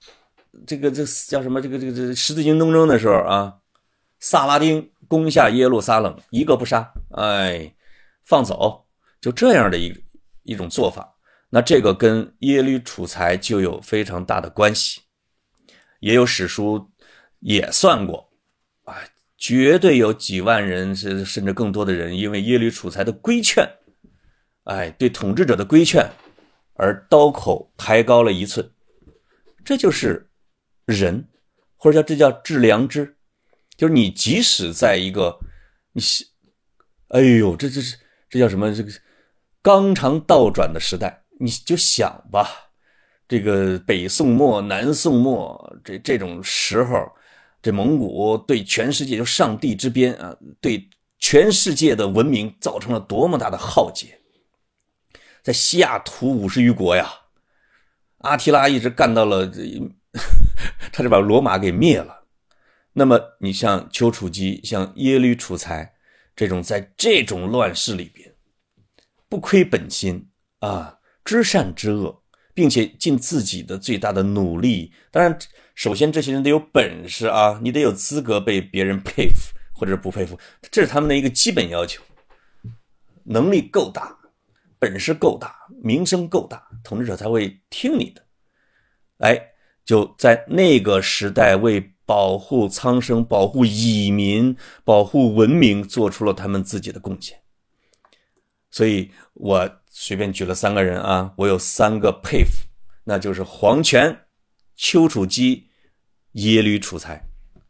这个这叫什么这个这个这十字军东征的时候啊，萨拉丁攻下耶路撒冷，一个不杀，哎，放走，就这样的一一种做法。那这个跟耶律楚材就有非常大的关系，也有史书也算过，啊，绝对有几万人甚至更多的人因为耶律楚材的规劝，哎，对统治者的规劝而刀口抬高了一寸。这就是人，或者叫这叫致良知，就是你即使在一个你哎呦这这是这叫什么这个纲常倒转的时代，你就想吧，这个北宋末南宋末这这种时候，这蒙古对全世界就上帝之鞭啊，对全世界的文明造成了多么大的浩劫。在西亚图五十余国呀，阿提拉一直干到了他就把罗马给灭了。那么你像丘处机，像耶律楚材这种在这种乱世里边不亏本心啊，知善知恶，并且尽自己的最大的努力。当然首先这些人得有本事啊，你得有资格被别人佩服或者不佩服，这是他们的一个基本要求。能力够大，本事够大，名声够大，统治者才会听你的。哎，就在那个时代为保护苍生，保护蚁民，保护文明做出了他们自己的贡献。所以我随便举了三个人啊，我有三个佩服，那就是黄权、丘处机、耶律楚材。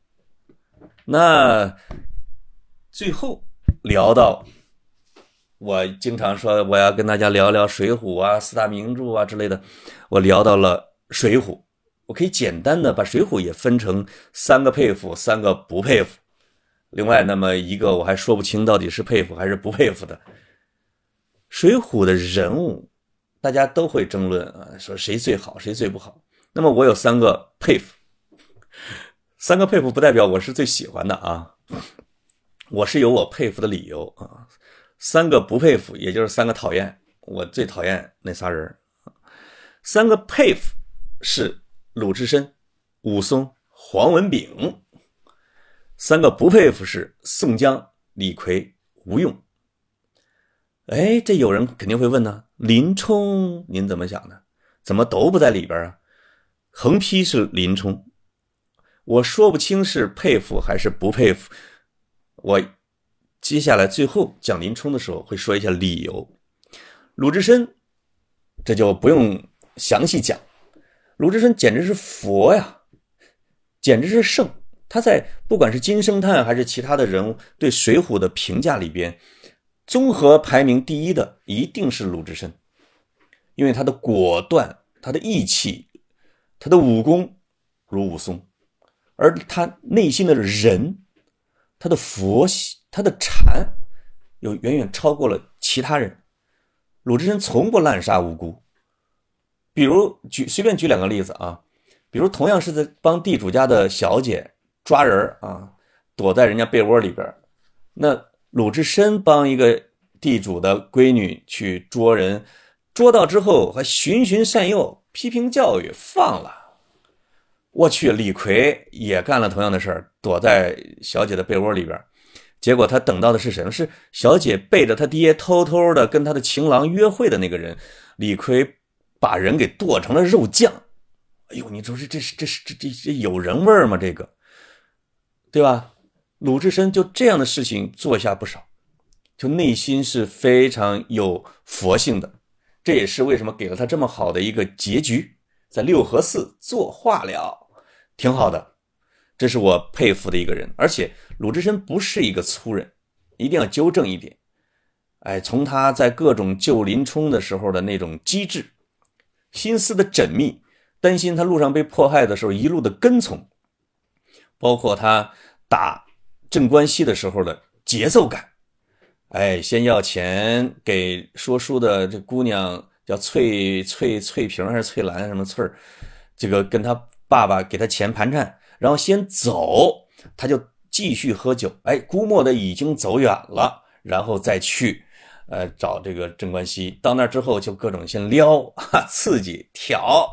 那最后聊到，我经常说我要跟大家聊聊水浒啊、四大名著啊之类的，我聊到了水浒。我可以简单的把水浒也分成三个佩服，三个不佩服。另外那么一个我还说不清到底是佩服还是不佩服的。水浒的人物大家都会争论啊，说谁最好谁最不好。那么我有三个佩服，三个佩服不代表我是最喜欢的啊，我是有我佩服的理由啊。三个不佩服也就是三个讨厌，我最讨厌那仨人。三个佩服是鲁智深、武松、黄文炳。三个不佩服是宋江、李逵、吴用。哎，这有人肯定会问呢，林冲您怎么想呢？怎么都不在里边啊？横批是林冲，我说不清是佩服还是不佩服。我接下来最后讲林冲的时候会说一下理由。鲁智深这就不用详细讲，鲁智深简直是佛呀，简直是圣。他在不管是金圣叹还是其他的人物对水浒的评价里边，综合排名第一的一定是鲁智深，因为他的果断，他的义气，他的武功如武松，而他内心的人，他的佛系，他的禅又远远超过了其他人。鲁智深从不滥杀无辜。比如举随便举两个例子啊，比如同样是在帮地主家的小姐抓人啊，躲在人家被窝里边，那鲁智深帮一个地主的闺女去捉人，捉到之后还循循善诱，批评教育，放了。我去，李逵也干了同样的事儿，躲在小姐的被窝里边，结果他等到的是什么？是小姐背着他爹偷偷的跟他的情郎约会的那个人，李逵把人给剁成了肉酱。哎呦，你说这这这这这这有人味吗？这个，对吧？鲁智深就这样的事情做下不少，就内心是非常有佛性的。这也是为什么给了他这么好的一个结局，在六合寺作化了，挺好的。这是我佩服的一个人。而且鲁智深不是一个粗人，一定要纠正一点。哎，从他在各种救林冲的时候的那种机智，心思的缜密，担心他路上被迫害的时候一路的跟从，包括他打镇关西的时候的节奏感。哎，先要钱给说书的这姑娘叫翠翠翠萍还是翠兰什么翠儿，这个跟他爸爸给他钱盘缠，然后先走，他就继续喝酒。哎，估摸的已经走远了，然后再去呃找这个镇关西。到那之后就各种先撩、啊、刺激、挑，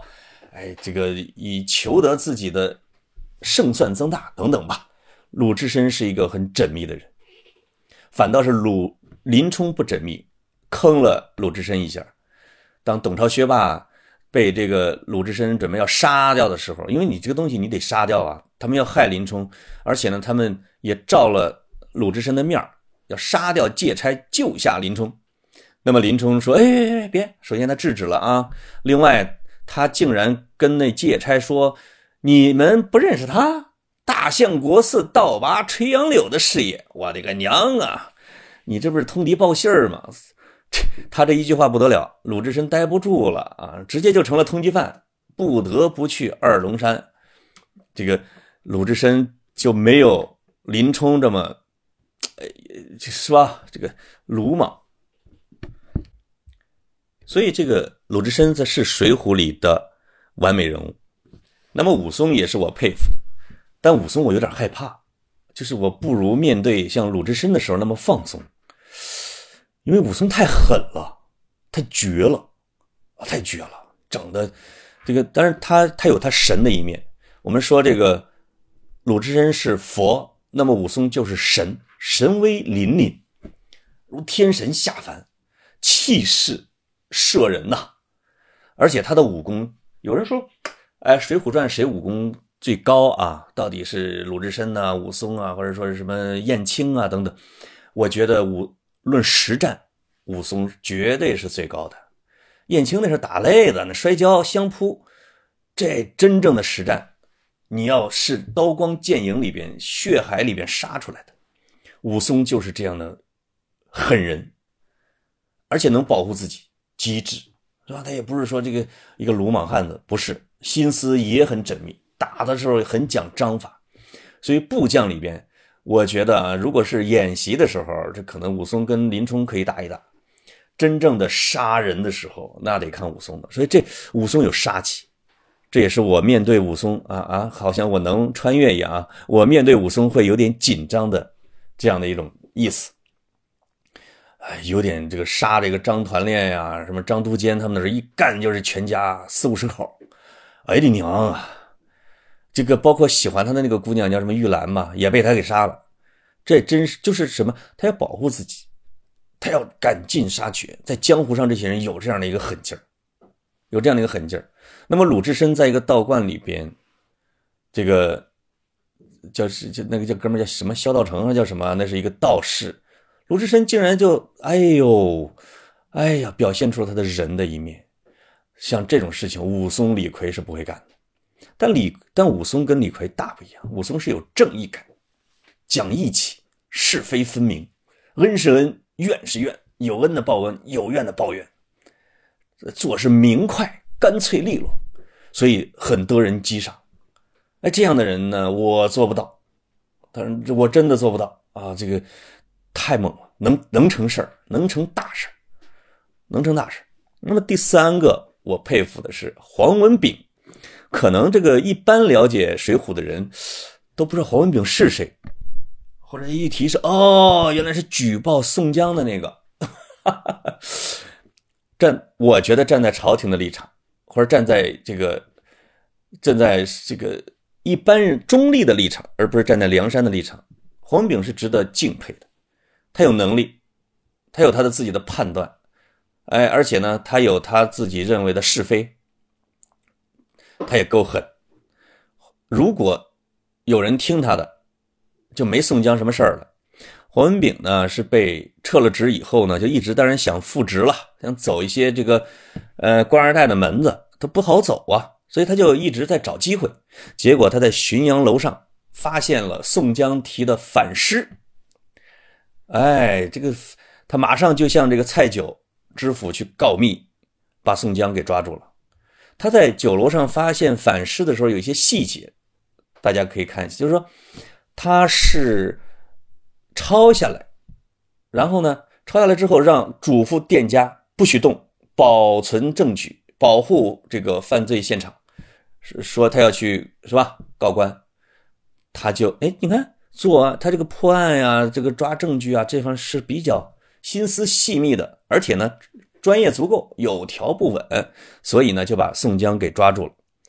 哎，这个以求得自己的胜算增大等等吧。鲁智深是一个很缜密的人，反倒是鲁林冲不缜密，坑了鲁智深一下。当董超学霸被这个鲁智深准备要杀掉的时候，因为你这个东西你得杀掉啊，他们要害林冲，而且呢他们也照了鲁智深的面，要杀掉借差救下林冲。那么林冲说，哎哎哎别，首先他制止了啊，另外他竟然跟那借差说，你们不认识他，大相国寺倒拔垂杨柳的事业，我的个娘啊，你这不是通敌报信吗？他这一句话不得了，鲁智深待不住了啊，直接就成了通缉犯，不得不去二龙山。这个鲁智深就没有林冲这么，呃，是吧？这个鲁莽。所以这个鲁智深是水浒里的完美人物。那么武松也是我佩服的，但武松我有点害怕，就是我不如面对像鲁智深的时候那么放松。因为武松太狠了，太绝了，太绝了，整的这个，当然他他有他神的一面。我们说这个鲁智深是佛，那么武松就是神，神威凛凛，如天神下凡，气势慑人呐、啊。而且他的武功，有人说，哎，《水浒传》谁武功最高啊？到底是鲁智深啊、武松啊，或者说是什么燕青啊等等？我觉得武。论实战，武松绝对是最高的。燕青那是打擂的，那摔跤相扑，这真正的实战，你要是刀光剑影里边、血海里边杀出来的。武松就是这样的狠人，而且能保护自己，机智，是吧？他也不是说这个一个鲁莽汉子，不是，心思也很缜密，打的时候很讲章法。所以部将里边。我觉得啊，如果是演习的时候，这可能武松跟林冲可以打一打。真正的杀人的时候，那得看武松的。所以这武松有杀气，这也是我面对武松啊啊，好像我能穿越一样啊。我面对武松会有点紧张的这样的一种意思。哎，有点这个杀这个张团练呀，什么张都监他们那是一干就是全家四五十口。哎你娘啊！这个包括喜欢他的那个姑娘叫什么玉兰嘛，也被他给杀了。这真是就是什么？他要保护自己，他要赶尽杀绝。在江湖上，这些人有这样的一个狠劲儿，有这样的一个狠劲儿。那么鲁智深在一个道观里边，这个叫是就那个叫哥们叫什么萧道成啊，叫什么？那是一个道士。鲁智深竟然就哎呦，哎呀，表现出了他的人的一面。像这种事情，武松、李逵是不会干的。但李但武松跟李逵大不一样，武松是有正义感，讲义气，是非分明，恩是恩，怨是怨，有恩的报恩，有怨的报怨，做事明快，干脆利落，所以很得人激赏。哎，这样的人呢，我做不到，但是我真的做不到啊！这个太猛了，能能成事儿，能成大事，能成大事。那么第三个我佩服的是黄文炳。可能这个一般了解水浒的人都不知道黄文炳是谁，或者一提是哦，原来是举报宋江的那个。站，我觉得站在朝廷的立场，或者站在这个站在这个一般人中立的立场，而不是站在梁山的立场，黄文炳是值得敬佩的。他有能力，他有他的自己的判断，哎，而且呢，他有他自己认为的是非。他也够狠，如果有人听他的，就没宋江什么事儿了。黄文炳呢是被撤了职以后呢，就一直当然想复职了，想走一些这个呃官二代的门子，他不好走啊，所以他就一直在找机会。结果他在浔阳楼上发现了宋江提的反诗，哎，这个他马上就向这个蔡九知府去告密，把宋江给抓住了。他在酒楼上发现反诗的时候有一些细节，大家可以看一下，就是说他是抄下来，然后呢抄下来之后让嘱咐店家不许动，保存证据，保护这个犯罪现场，说他要去是吧告官，他就哎你看做他这个破案呀，这个抓证据啊，这方是比较心思细密的，而且呢专业足够，有条不紊，所以呢就把宋江给抓住了。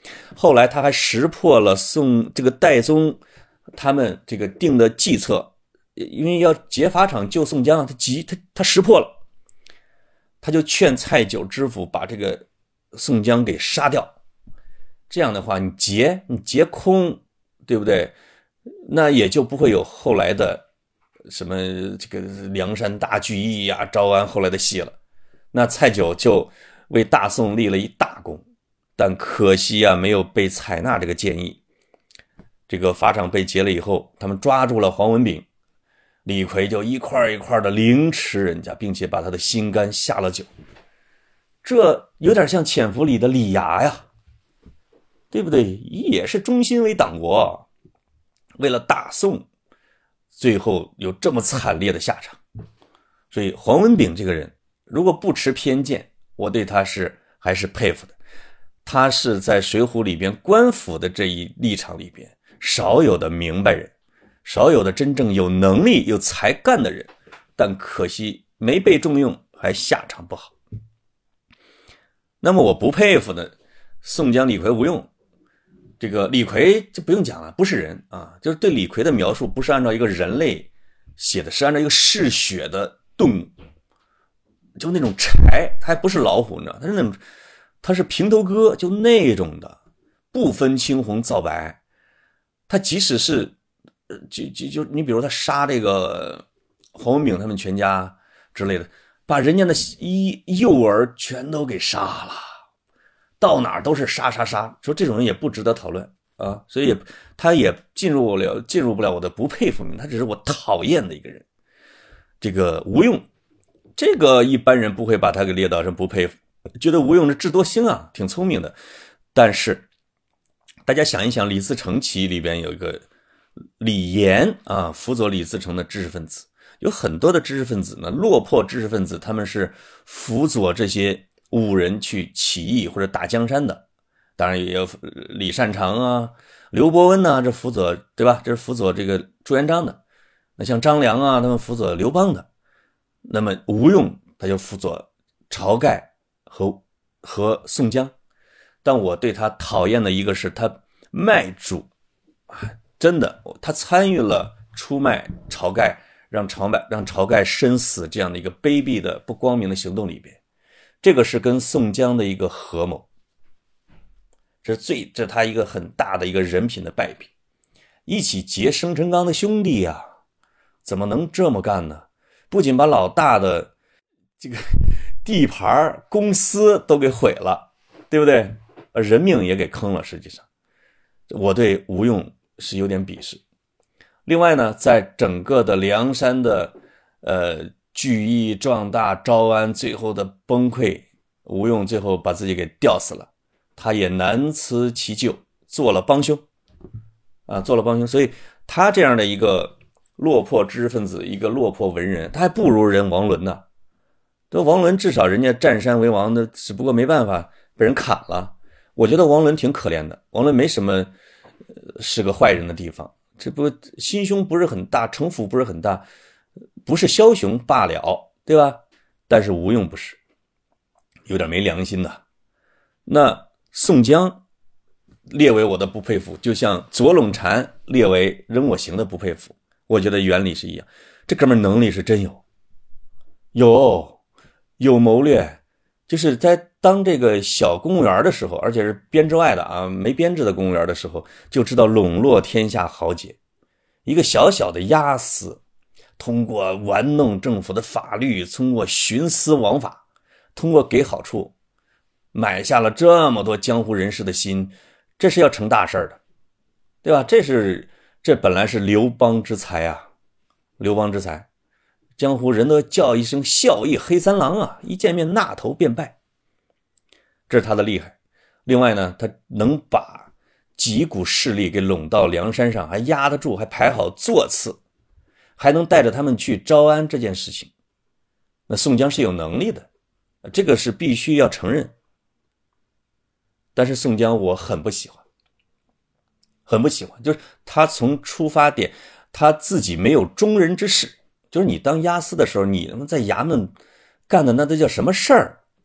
后来他还识破了宋这个戴宗他们这个定的计策，因为要劫法场救宋江，他急他他识破了，他就劝蔡九知府把这个宋江给杀掉。这样的话，你劫你劫空，对不对？那也就不会有后来的什么这个梁山大聚义呀、招安后来的戏了。那蔡九就为大宋立了一大功，但可惜啊，没有被采纳这个建议。这个法场被劫了以后，他们抓住了黄文炳，李逵就一块一块的凌迟人家，并且把他的心肝下了酒。这有点像潜伏里的李衙呀，对不对？也是忠心为党国，为了大宋，最后有这么惨烈的下场。所以黄文炳这个人如果不持偏见，我对他是还是佩服的。他是在水浒里边官府的这一立场里边少有的明白人，少有的真正有能力有才干的人，但可惜没被重用，还下场不好。那么我不佩服的宋江、李逵、吴用，这个李逵就不用讲了，不是人啊，就是对李逵的描述不是按照一个人类写的，是按照一个嗜血的动物，就那种柴，他还不是老虎呢，他是那种，他是平头哥，就那种的，不分青红皂白。他即使是就就就你比如他杀这个黄文炳他们全家之类的，把人家的一幼儿全都给杀了，到哪儿都是杀杀杀，说这种人也不值得讨论啊，所以也他也进入不了进入不了我的不佩服名，他只是我讨厌的一个人。这个吴用，这个一般人不会把他给列到成不佩服，觉得吴用是智多星啊，挺聪明的。但是大家想一想，李自成起义里边有一个李严啊，辅佐李自成的知识分子，有很多的知识分子呢，落魄知识分子，他们是辅佐这些武人去起义或者打江山的。当然也有李善长啊、刘伯温啊，这辅佐对吧？这是辅佐这个朱元璋的。那像张良啊，他们辅佐刘邦的。那么吴用他就辅佐晁盖和和宋江。但我对他讨厌的一个是他卖主，真的，他参与了出卖晁盖，让晁盖让晁盖身死这样的一个卑鄙的不光明的行动里边，这个是跟宋江的一个合谋，这是最这是他一个很大的一个人品的败笔。一起劫生辰纲的兄弟啊，怎么能这么干呢？不仅把老大的这个地盘公司都给毁了，对不对？人命也给坑了。实际上我对吴用是有点鄙视。另外呢，在整个的梁山的呃聚义壮大招安最后的崩溃，吴用最后把自己给吊死了，他也难辞其咎，做了帮凶啊，做了帮凶。所以他这样的一个落魄知识分子，一个落魄文人，他还不如人王伦呢。这王伦至少人家占山为王的，只不过没办法被人砍了。我觉得王伦挺可怜的，王伦没什么、呃、是个坏人的地方，这不心胸不是很大，城府不是很大，不是枭雄罢了，对吧？但是吴用不是，有点没良心的。那宋江列为我的不佩服，就像左陇禅列为扔我行的不佩服，我觉得原理是一样。这哥们能力是真有，有有谋略，就是在当这个小公务员的时候，而且是编制外的啊，没编制的公务员的时候，就知道笼络天下豪杰。一个小小的押司，通过玩弄政府的法律，通过徇私枉法，通过给好处，买下了这么多江湖人士的心，这是要成大事的，对吧？这是这本来是刘邦之才啊，刘邦之才，江湖人都叫一声孝义黑三郎啊，一见面纳头便拜，这是他的厉害。另外呢，他能把几股势力给拢到梁山上，还压得住，还排好座次，还能带着他们去招安这件事情，那宋江是有能力的，这个是必须要承认。但是宋江我很不喜欢，很不喜欢，就是他从出发点他自己没有忠人之事，就是你当押司的时候，你在衙门干的那都叫什么事儿？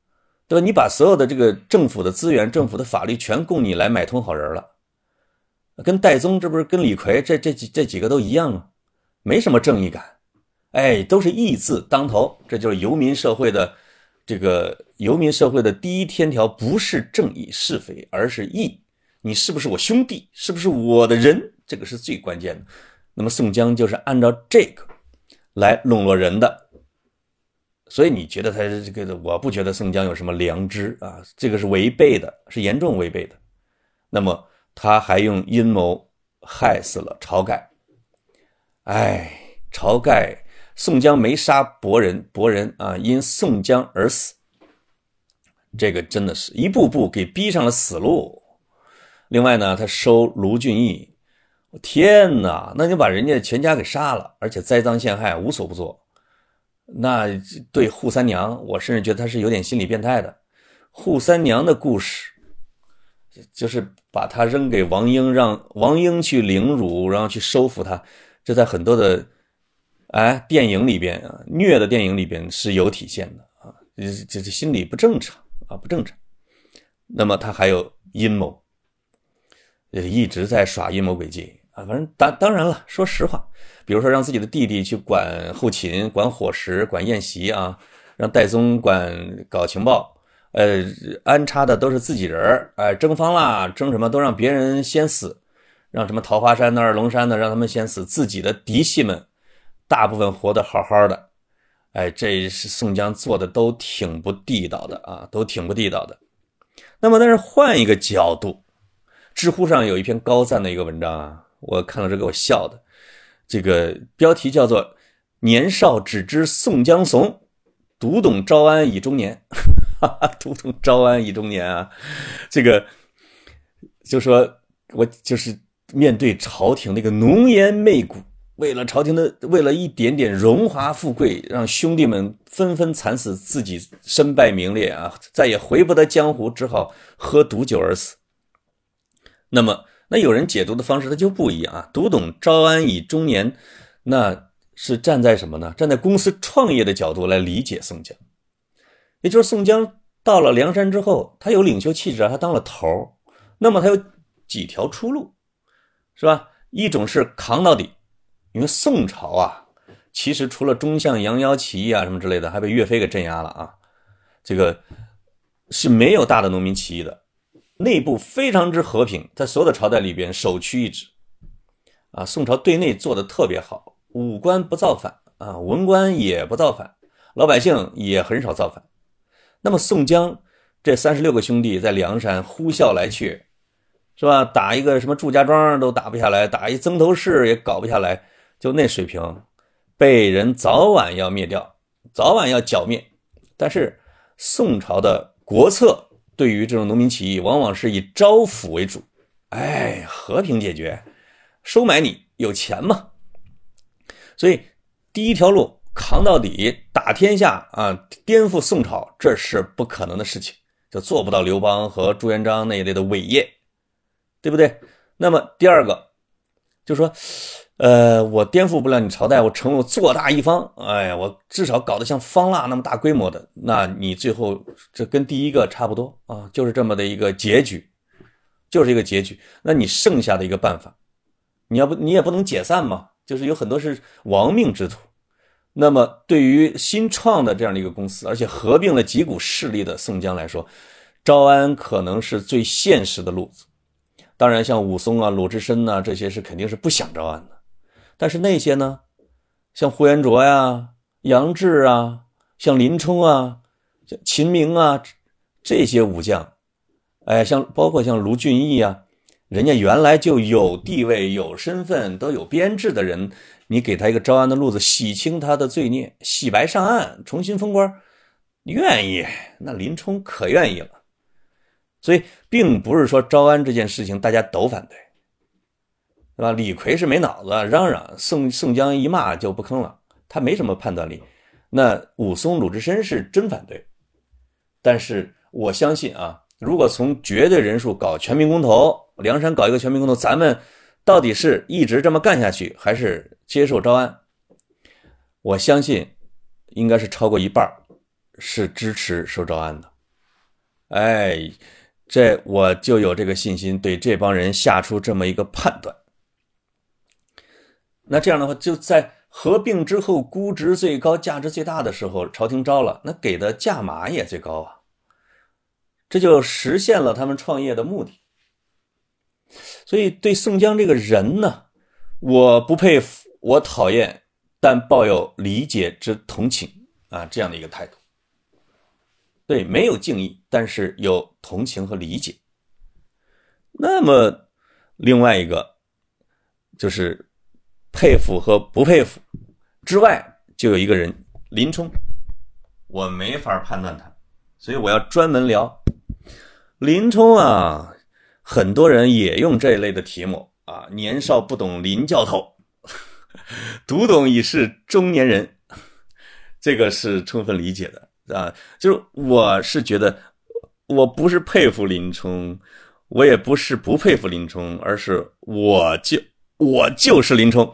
对吧？你把所有的这个政府的资源、政府的法律全供你来买通好人了，跟戴宗这不是跟李逵这这几这几个都一样吗？没什么正义感，哎，都是义字当头，这就是游民社会的这个游民社会的第一天条，不是正义是非，而是义。你是不是我兄弟？是不是我的人？这个是最关键的。那么宋江就是按照这个来笼络人的，所以你觉得他这个，我不觉得宋江有什么良知啊，这个是违背的，是严重违背的。那么他还用阴谋害死了晁盖。哎，晁盖，宋江没杀伯仁，伯仁啊因宋江而死，这个真的是一步步给逼上了死路。另外呢，他收卢俊义，天哪，那就把人家全家给杀了，而且栽赃陷害，无所不做。那对扈三娘，我甚至觉得他是有点心理变态的。扈三娘的故事就是把他扔给王英，让王英去凌辱，然后去收服他，这在很多的哎电影里边啊，虐的电影里边是有体现的啊，这这心理不正常啊，不正常。那么他还有阴谋，一直在耍阴谋诡计啊。反正当当然了，说实话，比如说让自己的弟弟去管后勤、管伙食、管宴席啊，让戴宗管搞情报，呃，安插的都是自己人，哎、呃，征方啦，征什么都让别人先死，让什么桃花山的、二龙山的让他们先死，自己的嫡系们大部分活得好好的。哎，这是宋江做的都挺不地道的啊，都挺不地道的。那么但是换一个角度，知乎上有一篇高赞的一个文章啊，我看到这个我笑的，这个标题叫做年少只知宋江怂，读懂招安已中年。读懂招安已中年啊，这个就说我就是面对朝廷那个浓颜媚骨，为了朝廷的为了一点点荣华富贵，让兄弟们纷纷惨死，自己身败名裂啊，再也回不得江湖，只好喝毒酒而死。那么那有人解读的方式他就不一样啊，读懂招安已中年，那是站在什么呢？站在公司创业的角度来理解宋江。也就是宋江到了梁山之后，他有领袖气质，他当了头，那么他有几条出路，是吧？一种是扛到底，因为宋朝啊，其实除了中相杨妖起义啊什么之类的，还被岳飞给镇压了啊，这个是没有大的农民起义的，内部非常之和平，在所有的朝代里边首屈一指啊。宋朝对内做得特别好，武官不造反啊，文官也不造反，老百姓也很少造反。那么宋江这三十六个兄弟在梁山呼啸来去，是吧？打一个什么祝家庄都打不下来，打一曾头市也搞不下来，就那水平，被人早晚要灭掉，早晚要剿灭。但是宋朝的国策对于这种农民起义往往是以招抚为主，哎，和平解决，收买你，有钱嘛。所以第一条路扛到底，打天下啊，颠覆宋朝，这是不可能的事情，就做不到刘邦和朱元璋那一类的伟业，对不对？那么第二个就说呃，我颠覆不了你朝代，我成为我做大一方，哎呀，我至少搞得像方腊那么大规模的，那你最后这跟第一个差不多啊，就是这么的一个结局，就是一个结局。那你剩下的一个办法，你要不你也不能解散嘛，就是有很多是亡命之徒。那么对于新创的这样的一个公司，而且合并了几股势力的宋江来说，招安可能是最现实的路子。当然像武松啊、鲁智深啊，这些是肯定是不想招安的。但是那些呢，像呼延灼呀、杨志啊、像林冲啊、像秦明啊，这些武将，哎，像包括像卢俊义啊，人家原来就有地位、有身份、都有编制的人，你给他一个招安的路子，洗清他的罪孽，洗白上岸，重新封官，愿意，那林冲可愿意了。所以并不是说招安这件事情大家都反对，对吧？李逵是没脑子，嚷嚷，宋宋江一骂就不吭了，他没什么判断力。那武松、鲁智深是真反对，但是我相信啊，如果从绝对人数搞全民公投，梁山搞一个全民公投，咱们到底是一直这么干下去，还是接受招安？我相信应该是超过一半是支持受招安的。 哎，这我就有这个信心对这帮人下出这么一个判断。那这样的话，就在合并之后估值最高价值最大的时候，朝廷招了，那给的价码也最高啊，这就实现了他们创业的目的。所以对宋江这个人呢，我不佩服，我讨厌，但抱有理解之同情啊，这样的一个态度。对，没有敬意，但是有同情和理解。那么另外一个就是佩服和不佩服之外，就有一个人林冲，我没法判断他，所以我要专门聊林冲啊。很多人也用这一类的题目啊，年少不懂林教头，读懂已是中年人，这个是充分理解的啊。就是我是觉得，我不是佩服林冲，我也不是不佩服林冲，而是我就我就是林冲，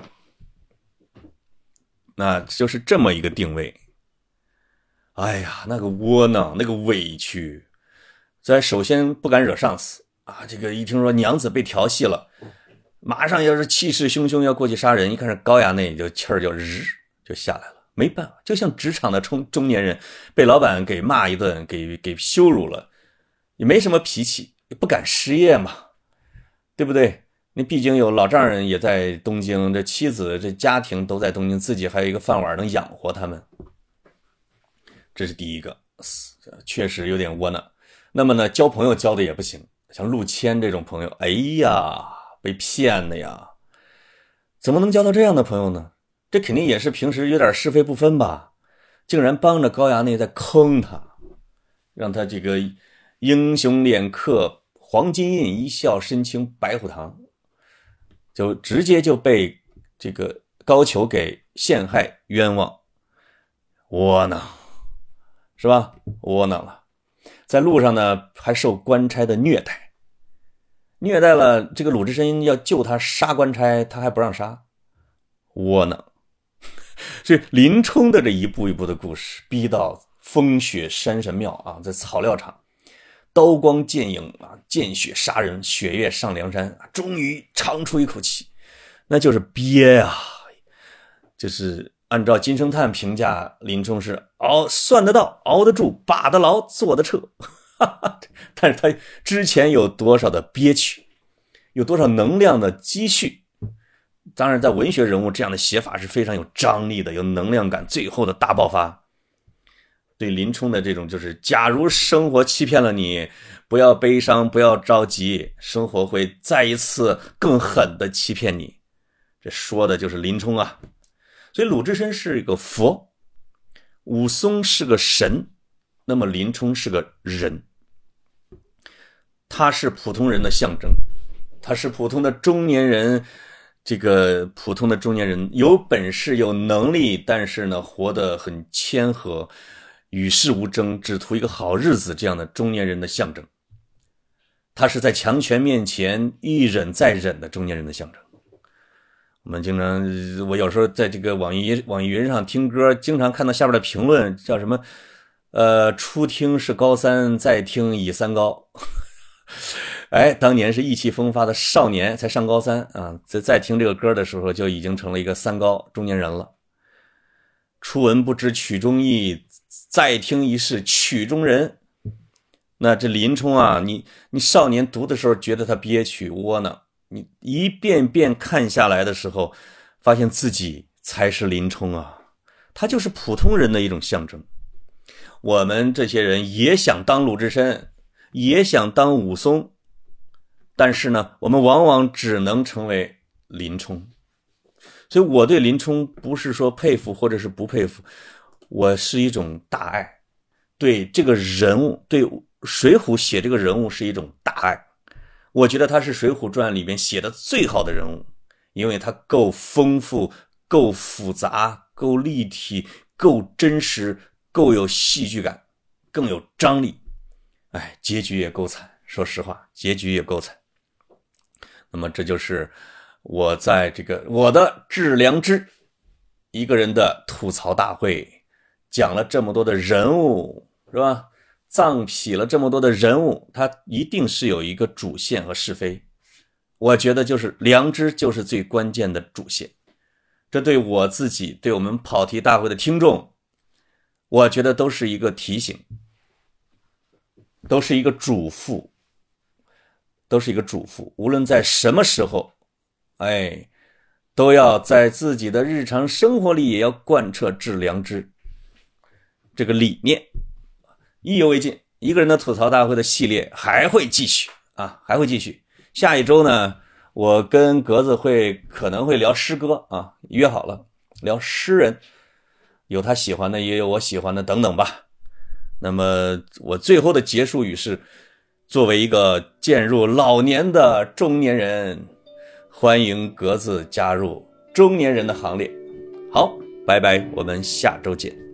那就是这么一个定位。哎呀，那个窝囊，那个委屈，在首先不敢惹上司啊，这个一听说娘子被调戏了，马上要是气势汹汹要过去杀人，一看是高衙内，就气儿就日就下来了。没办法，就像职场的中中年人被老板给骂一顿，给给羞辱了，也没什么脾气，也不敢失业嘛，对不对？你毕竟有老丈人也在东京，这妻子这家庭都在东京，自己还有一个饭碗能养活他们，这是第一个，确实有点窝囊。那么呢，交朋友交的也不行，像陆谦这种朋友，哎呀，被骗的呀，怎么能交到这样的朋友呢？这肯定也是平时有点是非不分吧，竟然帮着高衙内在坑他，让他这个英雄脸刻黄金印，一笑身轻白虎堂，就直接就被这个高俅给陷害冤枉，窝囊是吧？窝囊了。在路上呢还受官差的虐待，虐待了这个鲁智深要救他杀官差，他还不让杀，窝囊。所以林冲的这一步一步的故事，逼到风雪山神庙啊，在草料场刀光剑影啊，见血杀人，雪月上梁山，终于长出一口气，那就是憋啊。就是按照金圣叹评价，林冲是熬算得到，熬得住，把得牢，做得彻。但是他之前有多少的憋屈，有多少能量的积蓄，当然在文学人物这样的写法是非常有张力的，有能量感，最后的大爆发。对林冲的这种就是假如生活欺骗了你，不要悲伤，不要着急，生活会再一次更狠的欺骗你，这说的就是林冲啊。所以鲁智深是一个佛，武松是个神，那么林冲是个人，他是普通人的象征，他是普通的中年人，这个普通的中年人有本事有能力，但是呢活得很谦和，与世无争，只图一个好日子，这样的中年人的象征。他是在强权面前一忍再忍的中年人的象征。我们经常，我有时候在这个网易网易云上听歌，经常看到下边的评论叫什么呃，初听是高三，再听已三高。哎，当年是意气风发的少年，才上高三啊，在再听这个歌的时候就已经成了一个三高中年人了。初闻不知曲中意，再听已是曲中人。那这林冲啊，你你少年读的时候觉得他憋屈窝囊，你一遍遍看下来的时候，发现自己才是林冲啊，他就是普通人的一种象征。我们这些人也想当鲁智深，也想当武松，但是呢，我们往往只能成为林冲。所以我对林冲不是说佩服或者是不佩服，我是一种大爱，对这个人物，对水浒写这个人物是一种大爱。我觉得他是水浒传里面写的最好的人物，因为他够丰富，够复杂，够立体，够真实，够有戏剧感，更有张力。哎，结局也够惨，说实话，结局也够惨。那么这就是我在这个我的致良知一个人的吐槽大会，讲了这么多的人物，是吧？ 藏匹了这么多的人物，它一定是有一个主线和是非。我觉得就是良知就是最关键的主线。这对我自己，对我们跑题大会的听众，我觉得都是一个提醒，都是一个嘱咐，都是一个嘱咐。无论在什么时候，哎，都要在自己的日常生活里也要贯彻致良知这个理念，意犹未尽。一个人的吐槽大会的系列还会继续啊，还会继续。下一周呢，我跟格子会可能会聊诗歌啊，约好了聊诗人，有他喜欢的，也有我喜欢的，等等吧。那么我最后的结束语是，作为一个渐入老年的中年人，欢迎格子加入中年人的行列。好，拜拜，我们下周见。